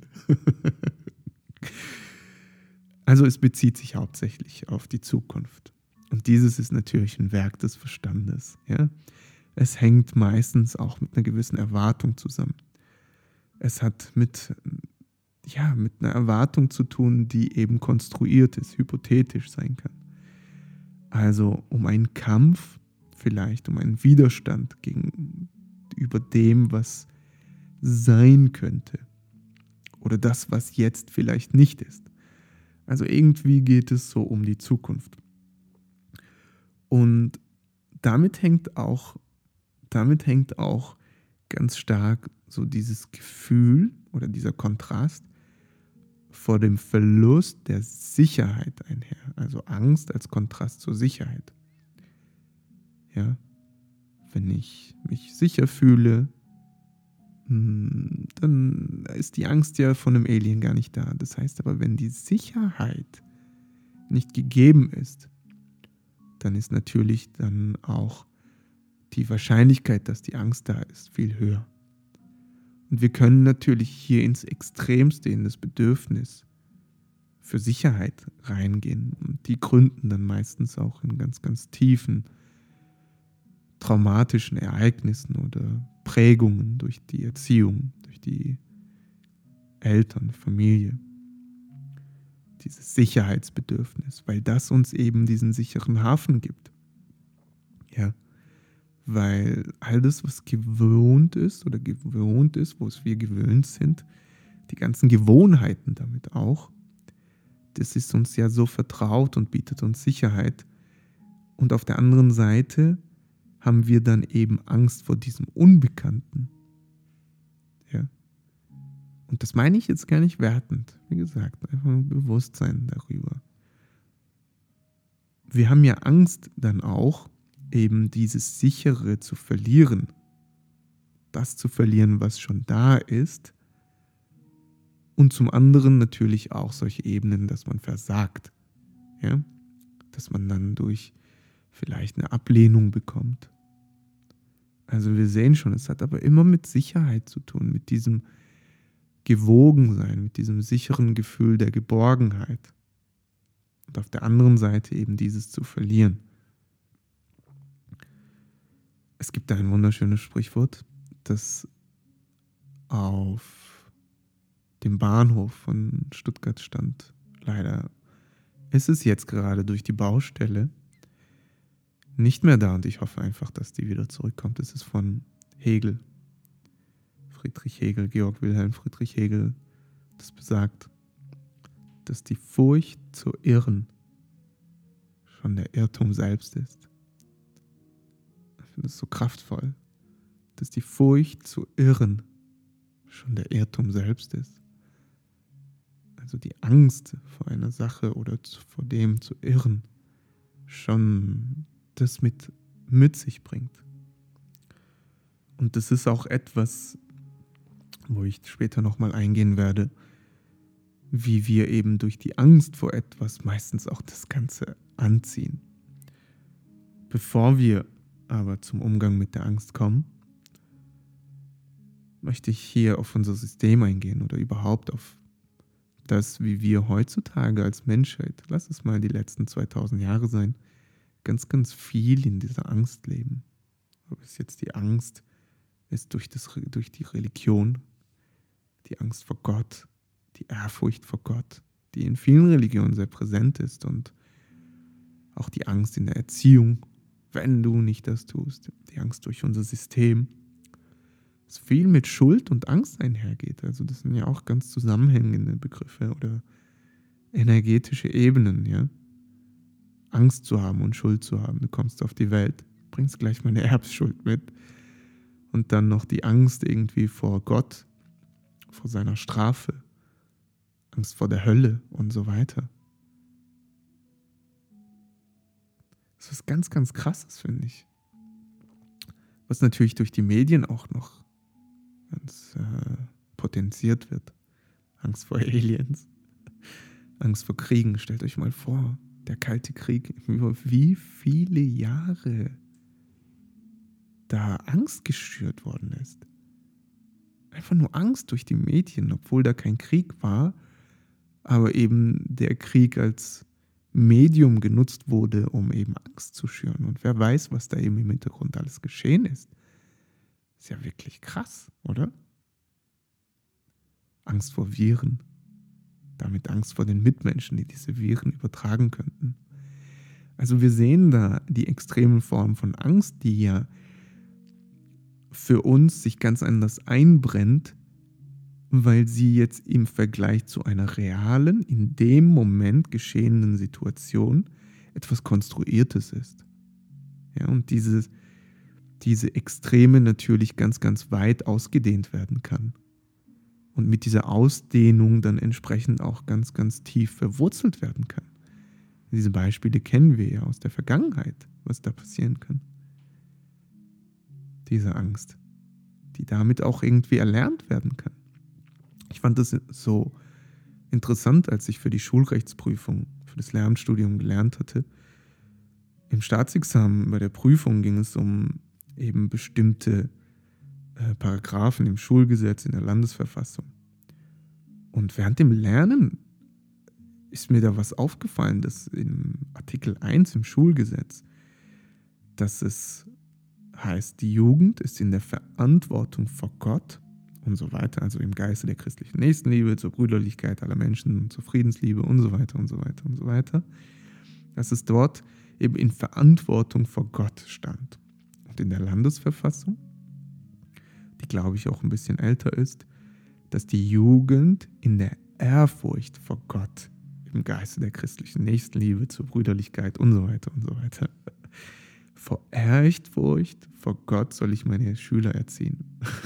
Also es bezieht sich hauptsächlich auf die Zukunft. Und dieses ist natürlich ein Werk des Verstandes. Ja? Es hängt meistens auch mit einer gewissen Erwartung zusammen. Es hat mit einer Erwartung zu tun, die eben konstruiert ist, hypothetisch sein kann. Also um einen Kampf, vielleicht um einen Widerstand gegenüber dem, was sein könnte. Oder das, was jetzt vielleicht nicht ist. Also irgendwie geht es so um die Zukunft. Und damit hängt auch ganz stark so dieses Gefühl oder dieser Kontrast vor dem Verlust der Sicherheit einher. Also Angst als Kontrast zur Sicherheit. Ja, wenn ich mich sicher fühle, dann ist die Angst ja von einem Alien gar nicht da. Das heißt aber, wenn die Sicherheit nicht gegeben ist, dann ist natürlich dann auch die Wahrscheinlichkeit, dass die Angst da ist, viel höher. Und wir können natürlich hier ins Extremste, in das Bedürfnis für Sicherheit reingehen. Und die gründen dann meistens auch in ganz, ganz tiefen traumatischen Ereignissen oder Prägungen durch die Erziehung, durch die Eltern, Familie. Dieses Sicherheitsbedürfnis, weil das uns eben diesen sicheren Hafen gibt. Ja, weil all das, was gewohnt ist, wo wir gewöhnt sind, die ganzen Gewohnheiten damit auch, das ist uns ja so vertraut und bietet uns Sicherheit. Und auf der anderen Seite haben wir dann eben Angst vor diesem Unbekannten. Ja. Und das meine ich jetzt gar nicht wertend. Wie gesagt, einfach ein Bewusstsein darüber. Wir haben ja Angst dann auch, eben dieses Sichere zu verlieren. Das zu verlieren, was schon da ist. Und zum anderen natürlich auch solche Ebenen, dass man versagt. Ja? Dass man dann durch vielleicht eine Ablehnung bekommt. Also wir sehen schon, es hat aber immer mit Sicherheit zu tun, mit diesem Gewogensein, mit diesem sicheren Gefühl der Geborgenheit. Und auf der anderen Seite eben dieses zu verlieren. Es gibt da ein wunderschönes Sprichwort, das auf dem Bahnhof von Stuttgart stand. Leider ist es jetzt gerade durch die Baustelle nicht mehr da und ich hoffe einfach, dass die wieder zurückkommt. Es ist von Hegel, Friedrich Hegel, Georg Wilhelm Friedrich Hegel, das besagt, dass die Furcht zu irren schon der Irrtum selbst ist. Ich finde es so kraftvoll, dass die Furcht zu irren schon der Irrtum selbst ist. Also die Angst vor einer Sache oder vor dem zu irren schon das mit sich bringt. Und das ist auch etwas, wo ich später nochmal eingehen werde, wie wir eben durch die Angst vor etwas meistens auch das Ganze anziehen. Bevor wir aber zum Umgang mit der Angst kommen, möchte ich hier auf unser System eingehen oder überhaupt auf das, wie wir heutzutage als Menschheit, lass es mal die letzten 2000 Jahre sein, ganz, ganz viel in dieser Angst leben. Ob es jetzt die Angst ist durch die Religion, die Angst vor Gott, die Ehrfurcht vor Gott, die in vielen Religionen sehr präsent ist und auch die Angst in der Erziehung, wenn du nicht das tust, die Angst durch unser System, das viel mit Schuld und Angst einhergeht. Also das sind ja auch ganz zusammenhängende Begriffe oder energetische Ebenen, ja. Angst zu haben und Schuld zu haben. Du kommst auf die Welt, bringst gleich mal eine Erbschuld mit und dann noch die Angst irgendwie vor Gott, vor seiner Strafe, Angst vor der Hölle und so weiter. Das ist was ganz, ganz Krasses, finde ich. Was natürlich durch die Medien auch noch ganz potenziert wird. Angst vor Aliens, Angst vor Kriegen. Stellt euch mal vor, der Kalte Krieg, über wie viele Jahre da Angst geschürt worden ist. Einfach nur Angst durch die Medien, obwohl da kein Krieg war, aber eben der Krieg als Medium genutzt wurde, um eben Angst zu schüren. Und wer weiß, was da eben im Hintergrund alles geschehen ist. Ist ja wirklich krass, oder? Angst vor Viren, damit Angst vor den Mitmenschen, die diese Viren übertragen könnten. Also wir sehen da die extremen Formen von Angst, die ja für uns sich ganz anders einbrennt, weil sie jetzt im Vergleich zu einer realen, in dem Moment geschehenen Situation etwas Konstruiertes ist. Ja, und diese Extreme natürlich ganz, ganz weit ausgedehnt werden kann. Und mit dieser Ausdehnung dann entsprechend auch ganz, ganz tief verwurzelt werden kann. Diese Beispiele kennen wir ja aus der Vergangenheit, was da passieren kann. Diese Angst, die damit auch irgendwie erlernt werden kann. Ich fand das so interessant, als ich für die Schulrechtsprüfung, für das Lehramtsstudium gelernt hatte. Im Staatsexamen bei der Prüfung ging es um eben bestimmte Paragraphen im Schulgesetz, in der Landesverfassung. Und während dem Lernen ist mir da was aufgefallen, dass im Artikel 1 im Schulgesetz, dass es heißt, die Jugend ist in der Verantwortung vor Gott und so weiter, also im Geiste der christlichen Nächstenliebe, zur Brüderlichkeit aller Menschen und zur Friedensliebe und so weiter und so weiter und so weiter, dass es dort eben in Verantwortung vor Gott stand. Und in der Landesverfassung, die glaube ich auch ein bisschen älter ist, dass die Jugend in der Ehrfurcht vor Gott, im Geiste der christlichen Nächstenliebe, zur Brüderlichkeit und so weiter und so weiter. Vor Ehrfurcht vor Gott soll ich meine Schüler erziehen.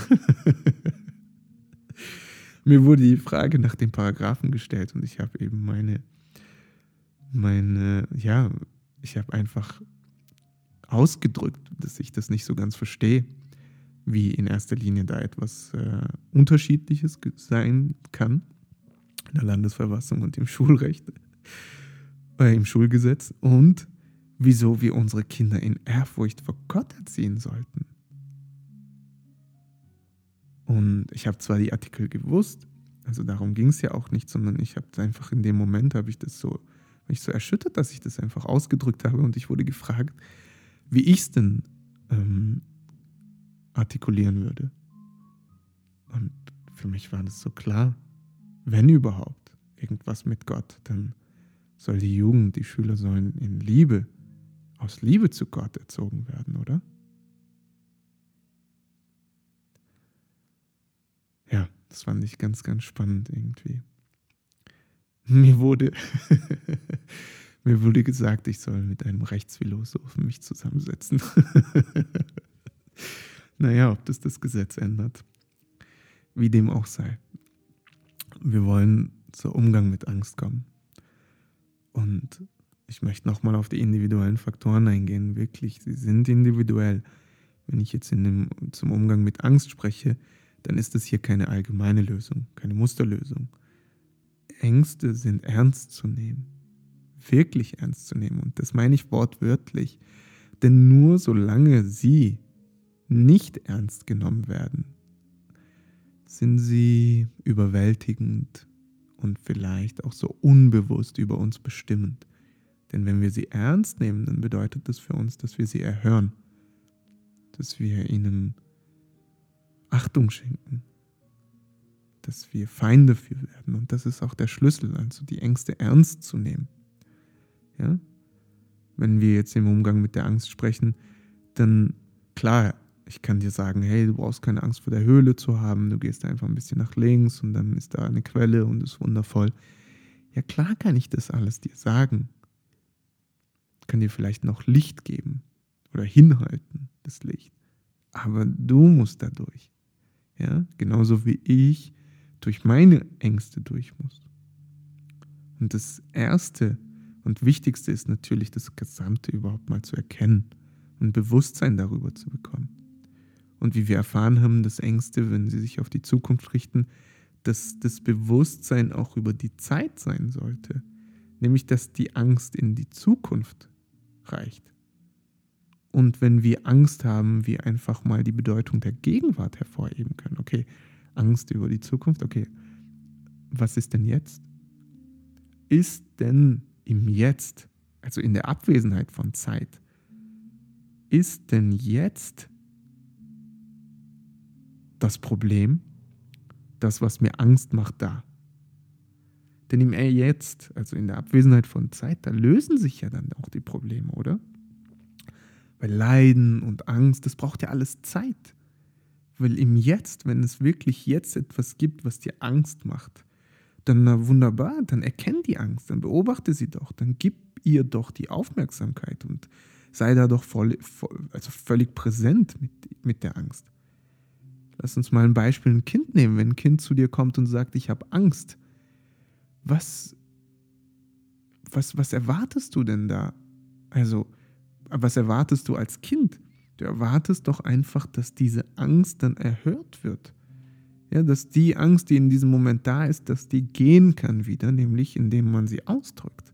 Mir wurde die Frage nach den Paragraphen gestellt und ich habe eben ich habe einfach ausgedrückt, dass ich das nicht so ganz verstehe, wie in erster Linie da etwas Unterschiedliches sein kann in der Landesverfassung und im Schulrecht, im Schulgesetz und wieso wir unsere Kinder in Ehrfurcht vor Gott erziehen sollten. Und ich habe zwar die Artikel gewusst, also darum ging es ja auch nicht, sondern ich habe einfach in dem Moment, war ich so erschüttert, dass ich das einfach ausgedrückt habe und ich wurde gefragt, wie ich es denn artikulieren würde. Und für mich war das so klar, wenn überhaupt irgendwas mit Gott, dann soll die Jugend, die Schüler sollen in Liebe, aus Liebe zu Gott erzogen werden, oder? Ja, das fand ich ganz, ganz spannend irgendwie. Mir wurde gesagt, ich soll mit einem Rechtsphilosophen mich zusammensetzen. Naja, ob das Gesetz ändert. Wie dem auch sei. Wir wollen zum Umgang mit Angst kommen. Und ich möchte nochmal auf die individuellen Faktoren eingehen. Wirklich, sie sind individuell. Wenn ich jetzt zum Umgang mit Angst spreche, dann ist es hier keine allgemeine Lösung, keine Musterlösung. Ängste sind ernst zu nehmen. Wirklich ernst zu nehmen. Und das meine ich wortwörtlich. Denn nur solange sie nicht ernst genommen werden, sind sie überwältigend und vielleicht auch so unbewusst über uns bestimmend. Denn wenn wir sie ernst nehmen, dann bedeutet das für uns, dass wir sie erhören, dass wir ihnen Achtung schenken, dass wir fein dafür werden. Und das ist auch der Schlüssel, also die Ängste ernst zu nehmen. Ja? Wenn wir jetzt im Umgang mit der Angst sprechen, dann klar, ich kann dir sagen, hey, du brauchst keine Angst vor der Höhle zu haben, du gehst einfach ein bisschen nach links und dann ist da eine Quelle und ist wundervoll. Ja klar kann ich das alles dir sagen. Ich kann dir vielleicht noch Licht geben oder hinhalten, das Licht. Aber du musst da durch. Ja? Genauso wie ich durch meine Ängste durch muss. Und das Erste und Wichtigste ist natürlich, das Gesamte überhaupt mal zu erkennen und Bewusstsein darüber zu bekommen. Und wie wir erfahren haben, dass Ängste, wenn sie sich auf die Zukunft richten, dass das Bewusstsein auch über die Zeit sein sollte. Nämlich, dass die Angst in die Zukunft reicht. Und wenn wir Angst haben, wir einfach mal die Bedeutung der Gegenwart hervorheben können. Okay, Angst über die Zukunft, okay, was ist denn jetzt? Ist denn im Jetzt, also in der Abwesenheit von Zeit, ist denn jetzt das Problem, das, was mir Angst macht, da? Denn im Jetzt, also in der Abwesenheit von Zeit, da lösen sich ja dann auch die Probleme, oder? Weil Leiden und Angst, das braucht ja alles Zeit. Weil im Jetzt, wenn es wirklich jetzt etwas gibt, was dir Angst macht, dann na wunderbar, dann erkenn die Angst, dann beobachte sie doch, dann gib ihr doch die Aufmerksamkeit und sei da doch also völlig präsent mit der Angst. Lass uns mal ein Beispiel, ein Kind nehmen. Wenn ein Kind zu dir kommt und sagt, ich habe Angst, was, was erwartest du denn da? Also, was erwartest du als Kind? Du erwartest doch einfach, dass diese Angst dann erhört wird. Ja, dass die Angst, die in diesem Moment da ist, dass die gehen kann wieder, nämlich indem man sie ausdrückt.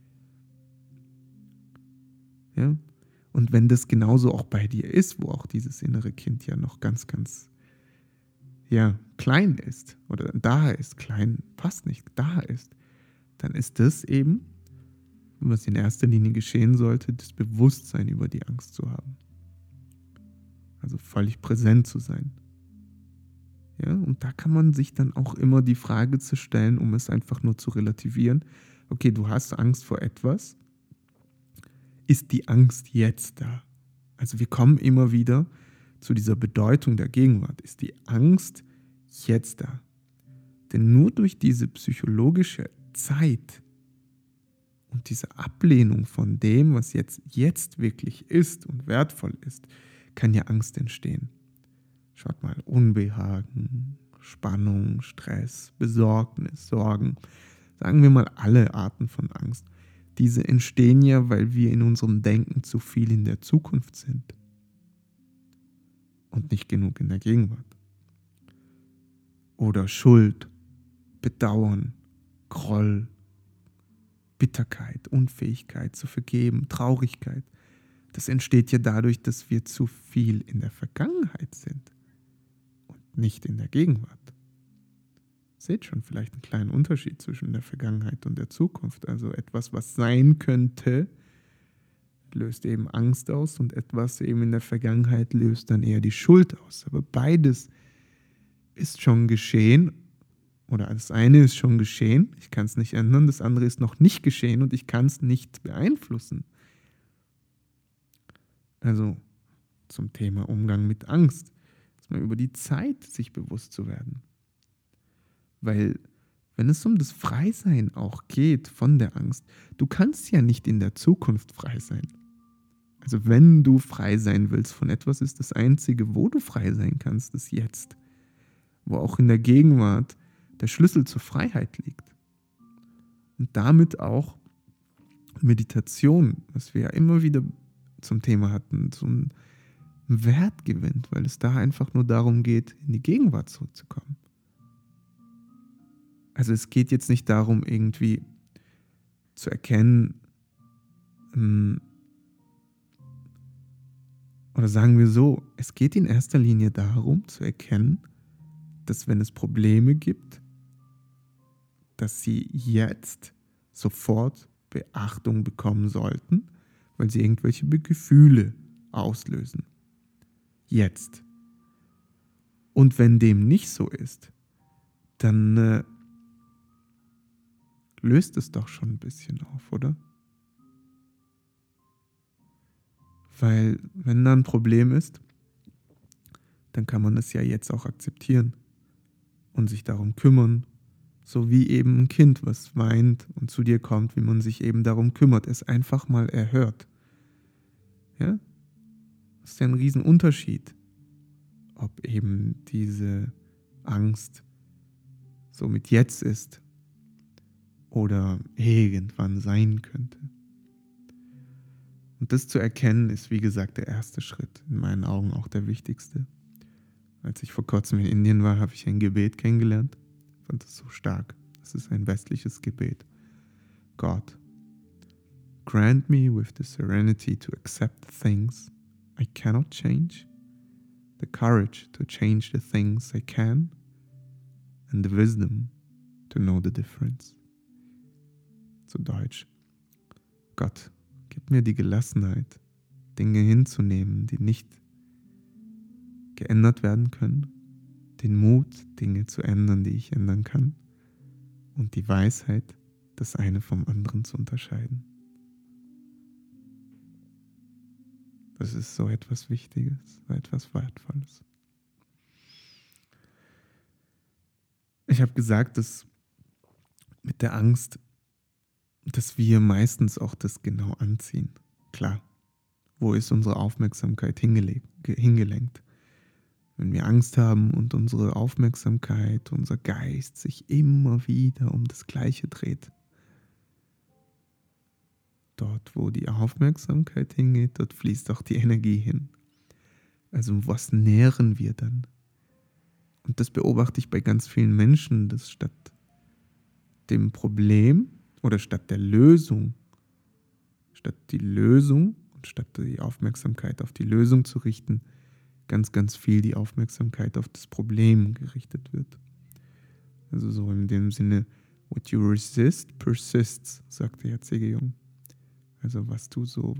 Ja? Und wenn das genauso auch bei dir ist, wo auch dieses innere Kind ja noch ganz, ganz klein ist oder da ist, klein passt nicht, da ist, dann ist das eben, was in erster Linie geschehen sollte, das Bewusstsein über die Angst zu haben. Also völlig präsent zu sein. Ja, und da kann man sich dann auch immer die Frage zu stellen, um es einfach nur zu relativieren. Okay, du hast Angst vor etwas. Ist die Angst jetzt da? Also wir kommen immer wieder zu dieser Bedeutung der Gegenwart. Ist die Angst jetzt da? Denn nur durch diese psychologische Zeit und diese Ablehnung von dem, was jetzt wirklich ist und wertvoll ist, kann ja Angst entstehen. Schaut mal, Unbehagen, Spannung, Stress, Besorgnis, Sorgen, sagen wir mal alle Arten von Angst. Diese entstehen ja, weil wir in unserem Denken zu viel in der Zukunft sind und nicht genug in der Gegenwart. Oder Schuld, Bedauern, Groll, Bitterkeit, Unfähigkeit zu vergeben, Traurigkeit. Das entsteht ja dadurch, dass wir zu viel in der Vergangenheit sind und nicht in der Gegenwart. Seht schon vielleicht einen kleinen Unterschied zwischen der Vergangenheit und der Zukunft. Also etwas, was sein könnte, löst eben Angst aus und etwas eben in der Vergangenheit löst dann eher die Schuld aus. Aber beides ist schon geschehen oder das eine ist schon geschehen, ich kann es nicht ändern, das andere ist noch nicht geschehen und ich kann es nicht beeinflussen. Also zum Thema Umgang mit Angst, dass man über die Zeit sich bewusst zu werden. Weil wenn es um das Freisein auch geht von der Angst, du kannst ja nicht in der Zukunft frei sein. Also wenn du frei sein willst von etwas, ist das Einzige, wo du frei sein kannst, das Jetzt. Wo auch in der Gegenwart der Schlüssel zur Freiheit liegt. Und damit auch Meditation, was wir ja immer wieder zum Thema hatten, so einen Wert gewinnt, weil es da einfach nur darum geht, in die Gegenwart zurückzukommen. Also es geht jetzt nicht darum, irgendwie zu erkennen, oder sagen wir so, es geht in erster Linie darum zu erkennen, dass wenn es Probleme gibt, dass sie jetzt sofort Beachtung bekommen sollten, weil sie irgendwelche Gefühle auslösen. Jetzt. Und wenn dem nicht so ist, dann löst es doch schon ein bisschen auf, oder? Weil wenn da ein Problem ist, dann kann man es ja jetzt auch akzeptieren und sich darum kümmern, so wie eben ein Kind, was weint und zu dir kommt, wie man sich eben darum kümmert, es einfach mal erhört. Ja? Das ist ja ein Riesenunterschied, ob eben diese Angst so mit jetzt ist oder irgendwann sein könnte. Und das zu erkennen, ist wie gesagt der erste Schritt, in meinen Augen auch der wichtigste. Als ich vor kurzem in Indien war, habe ich ein Gebet kennengelernt. Ich fand das so stark. Das ist ein westliches Gebet. God, grant me with the serenity to accept things I cannot change, the courage to change the things I can, and the wisdom to know the difference. Zu Deutsch: Gott, gib mir die Gelassenheit, Dinge hinzunehmen, die nicht geändert werden können, den Mut, Dinge zu ändern, die ich ändern kann, und die Weisheit, das eine vom anderen zu unterscheiden. Das ist so etwas Wichtiges, so etwas Wertvolles. Ich habe gesagt, dass mit der Angst, dass wir meistens auch das genau anziehen. Klar, wo ist unsere Aufmerksamkeit hingelenkt? Wenn wir Angst haben und unsere Aufmerksamkeit, unser Geist sich immer wieder um das Gleiche dreht. Dort, wo die Aufmerksamkeit hingeht, dort fließt auch die Energie hin. Also was nähren wir dann? Und das beobachte ich bei ganz vielen Menschen, dass statt dem Problem oder statt der Lösung, statt die Lösung und statt die Aufmerksamkeit auf die Lösung zu richten, ganz, ganz viel die Aufmerksamkeit auf das Problem gerichtet wird. Also so in dem Sinne, what you resist persists, sagte ja C.G. Jung. Also was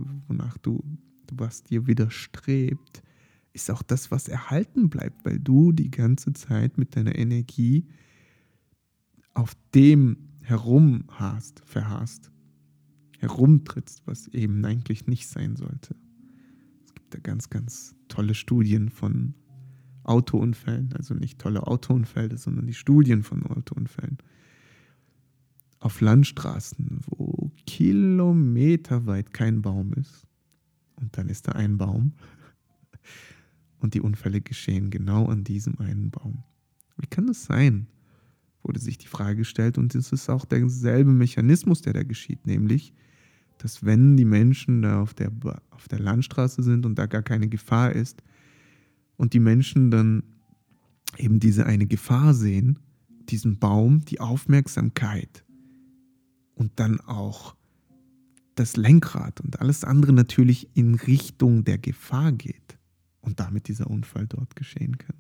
was dir widerstrebt, ist auch das, was erhalten bleibt, weil du die ganze Zeit mit deiner Energie auf dem verharrst, herumtrittst, was eben eigentlich nicht sein sollte. Es gibt da ganz, ganz tolle Studien von Autounfällen, also nicht tolle Autounfälle, sondern die Studien von Autounfällen. Auf Landstraßen, wo kilometerweit kein Baum ist. Und dann ist da ein Baum. Und die Unfälle geschehen genau an diesem einen Baum. Wie kann das sein? Wurde sich die Frage gestellt. Und es ist auch derselbe Mechanismus, der da geschieht. Nämlich, dass wenn die Menschen da auf der Landstraße sind und da gar keine Gefahr ist und die Menschen dann eben diese eine Gefahr sehen, diesen Baum, die Aufmerksamkeit und dann auch das Lenkrad und alles andere natürlich in Richtung der Gefahr geht und damit dieser Unfall dort geschehen kann.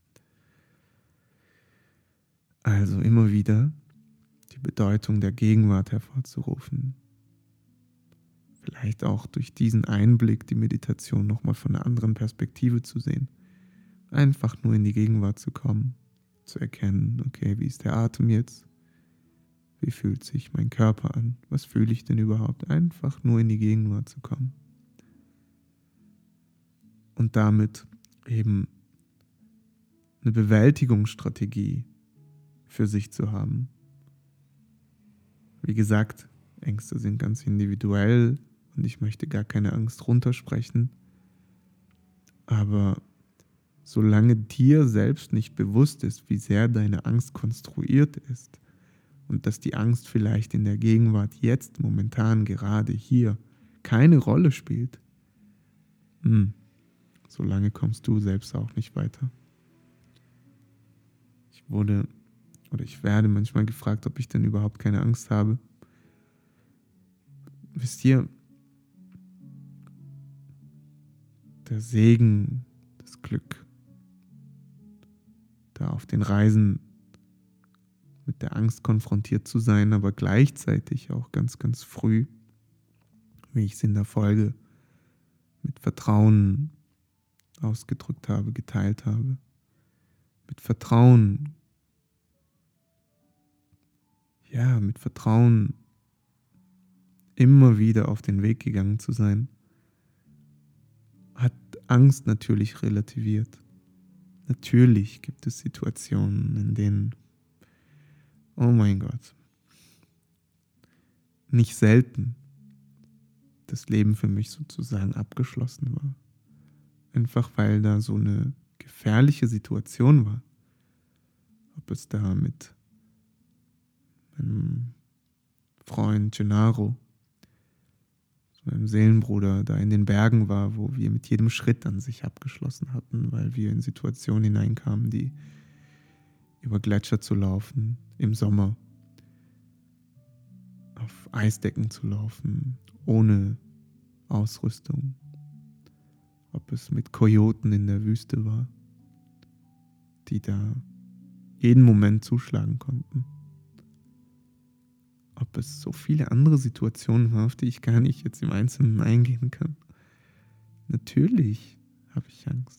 Also immer wieder die Bedeutung der Gegenwart hervorzurufen. Vielleicht auch durch diesen Einblick die Meditation nochmal von einer anderen Perspektive zu sehen. Einfach nur in die Gegenwart zu kommen, zu erkennen, okay, wie ist der Atem jetzt? Wie fühlt sich mein Körper an? Was fühle ich denn überhaupt? Einfach nur in die Gegenwart zu kommen. Und damit eben eine Bewältigungsstrategie für sich zu haben. Wie gesagt, Ängste sind ganz individuell und ich möchte gar keine Angst runtersprechen. Aber solange dir selbst nicht bewusst ist, wie sehr deine Angst konstruiert ist und dass die Angst vielleicht in der Gegenwart jetzt, momentan, gerade hier keine Rolle spielt, solange kommst du selbst auch nicht weiter. Ich werde manchmal gefragt, ob ich denn überhaupt keine Angst habe. Wisst ihr, der Segen, das Glück, da auf den Reisen mit der Angst konfrontiert zu sein, aber gleichzeitig auch ganz, ganz früh, wie ich es in der Folge mit Vertrauen ausgedrückt habe, geteilt habe. Mit Vertrauen immer wieder auf den Weg gegangen zu sein, hat Angst natürlich relativiert. Natürlich gibt es Situationen, in denen, oh mein Gott, nicht selten das Leben für mich sozusagen abgeschlossen war. Einfach weil da so eine gefährliche Situation war. Ob es da mit meinem Freund Gennaro, meinem Seelenbruder, da in den Bergen war, wo wir mit jedem Schritt an sich abgeschlossen hatten, weil wir in Situationen hineinkamen, die über Gletscher zu laufen, im Sommer, auf Eisdecken zu laufen, ohne Ausrüstung, ob es mit Kojoten in der Wüste war, die da jeden Moment zuschlagen konnten. Ob es so viele andere Situationen war, auf die ich gar nicht jetzt im Einzelnen eingehen kann. Natürlich habe ich Angst.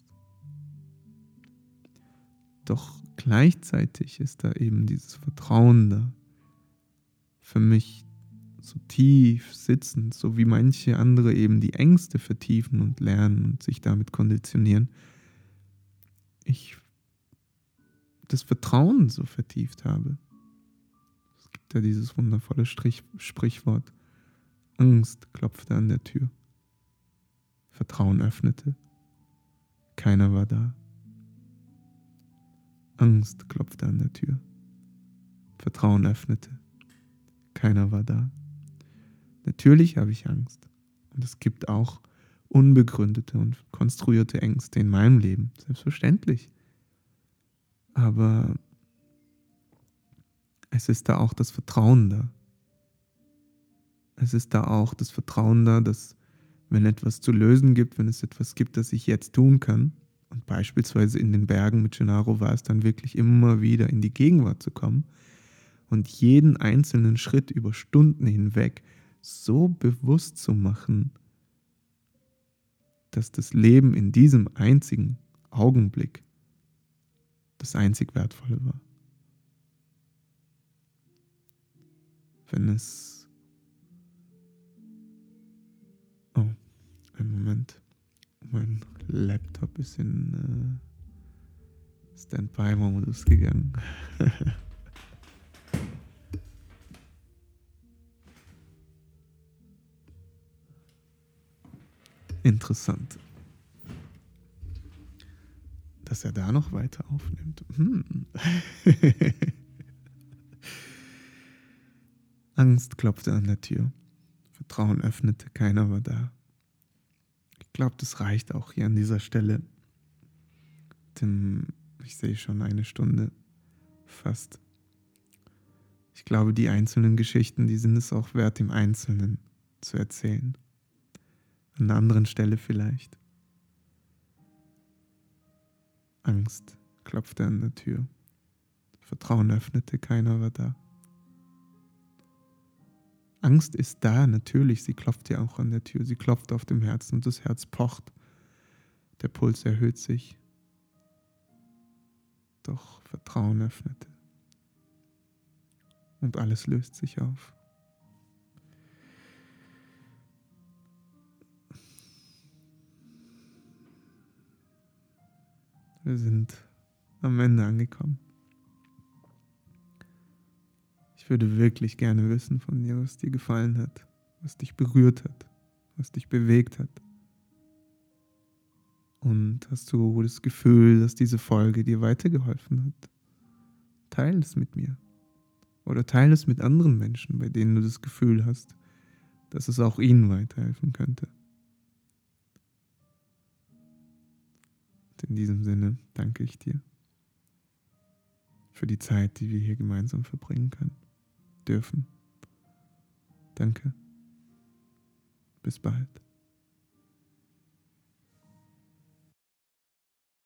Doch gleichzeitig ist da eben dieses Vertrauen da. Für mich so tief sitzend, so wie manche andere eben die Ängste vertiefen und lernen und sich damit konditionieren. Ich das Vertrauen so vertieft habe. Es gibt ja dieses wundervolle Sprichwort. Angst klopfte an der Tür. Vertrauen öffnete. Keiner war da. Angst klopfte an der Tür. Vertrauen öffnete. Keiner war da. Natürlich habe ich Angst. Und es gibt auch unbegründete und konstruierte Ängste in meinem Leben. Selbstverständlich. Aber es ist da auch das Vertrauen da. Es ist da auch das Vertrauen da, dass wenn etwas zu lösen gibt, wenn es etwas gibt, das ich jetzt tun kann, und beispielsweise in den Bergen mit Gennaro war es dann wirklich immer wieder in die Gegenwart zu kommen und jeden einzelnen Schritt über Stunden hinweg so bewusst zu machen, dass das Leben in diesem einzigen Augenblick das einzig Wertvolle war. Wenn es... Oh, einen Moment. Mein Laptop ist in Standby-Modus gegangen. Interessant, dass er da noch weiter aufnimmt. Angst klopfte an der Tür. Vertrauen öffnete, keiner war da. Ich glaube, das reicht auch hier an dieser Stelle. Denn ich sehe schon eine Stunde fast. Ich glaube, die einzelnen Geschichten, die sind es auch wert, im Einzelnen zu erzählen. An einer anderen Stelle vielleicht. Angst klopfte an der Tür. Vertrauen öffnete, keiner war da. Angst ist da, natürlich, sie klopft ja auch an der Tür. Sie klopft auf dem Herzen und das Herz pocht. Der Puls erhöht sich. Doch Vertrauen öffnete. Und alles löst sich auf. Wir sind am Ende angekommen. Ich würde wirklich gerne wissen von dir, was dir gefallen hat, was dich berührt hat, was dich bewegt hat. Und hast du das Gefühl, dass diese Folge dir weitergeholfen hat? Teile es mit mir. Oder teile es mit anderen Menschen, bei denen du das Gefühl hast, dass es auch ihnen weiterhelfen könnte. Und in diesem Sinne danke ich dir für die Zeit, die wir hier gemeinsam verbringen können, dürfen. Danke. Bis bald.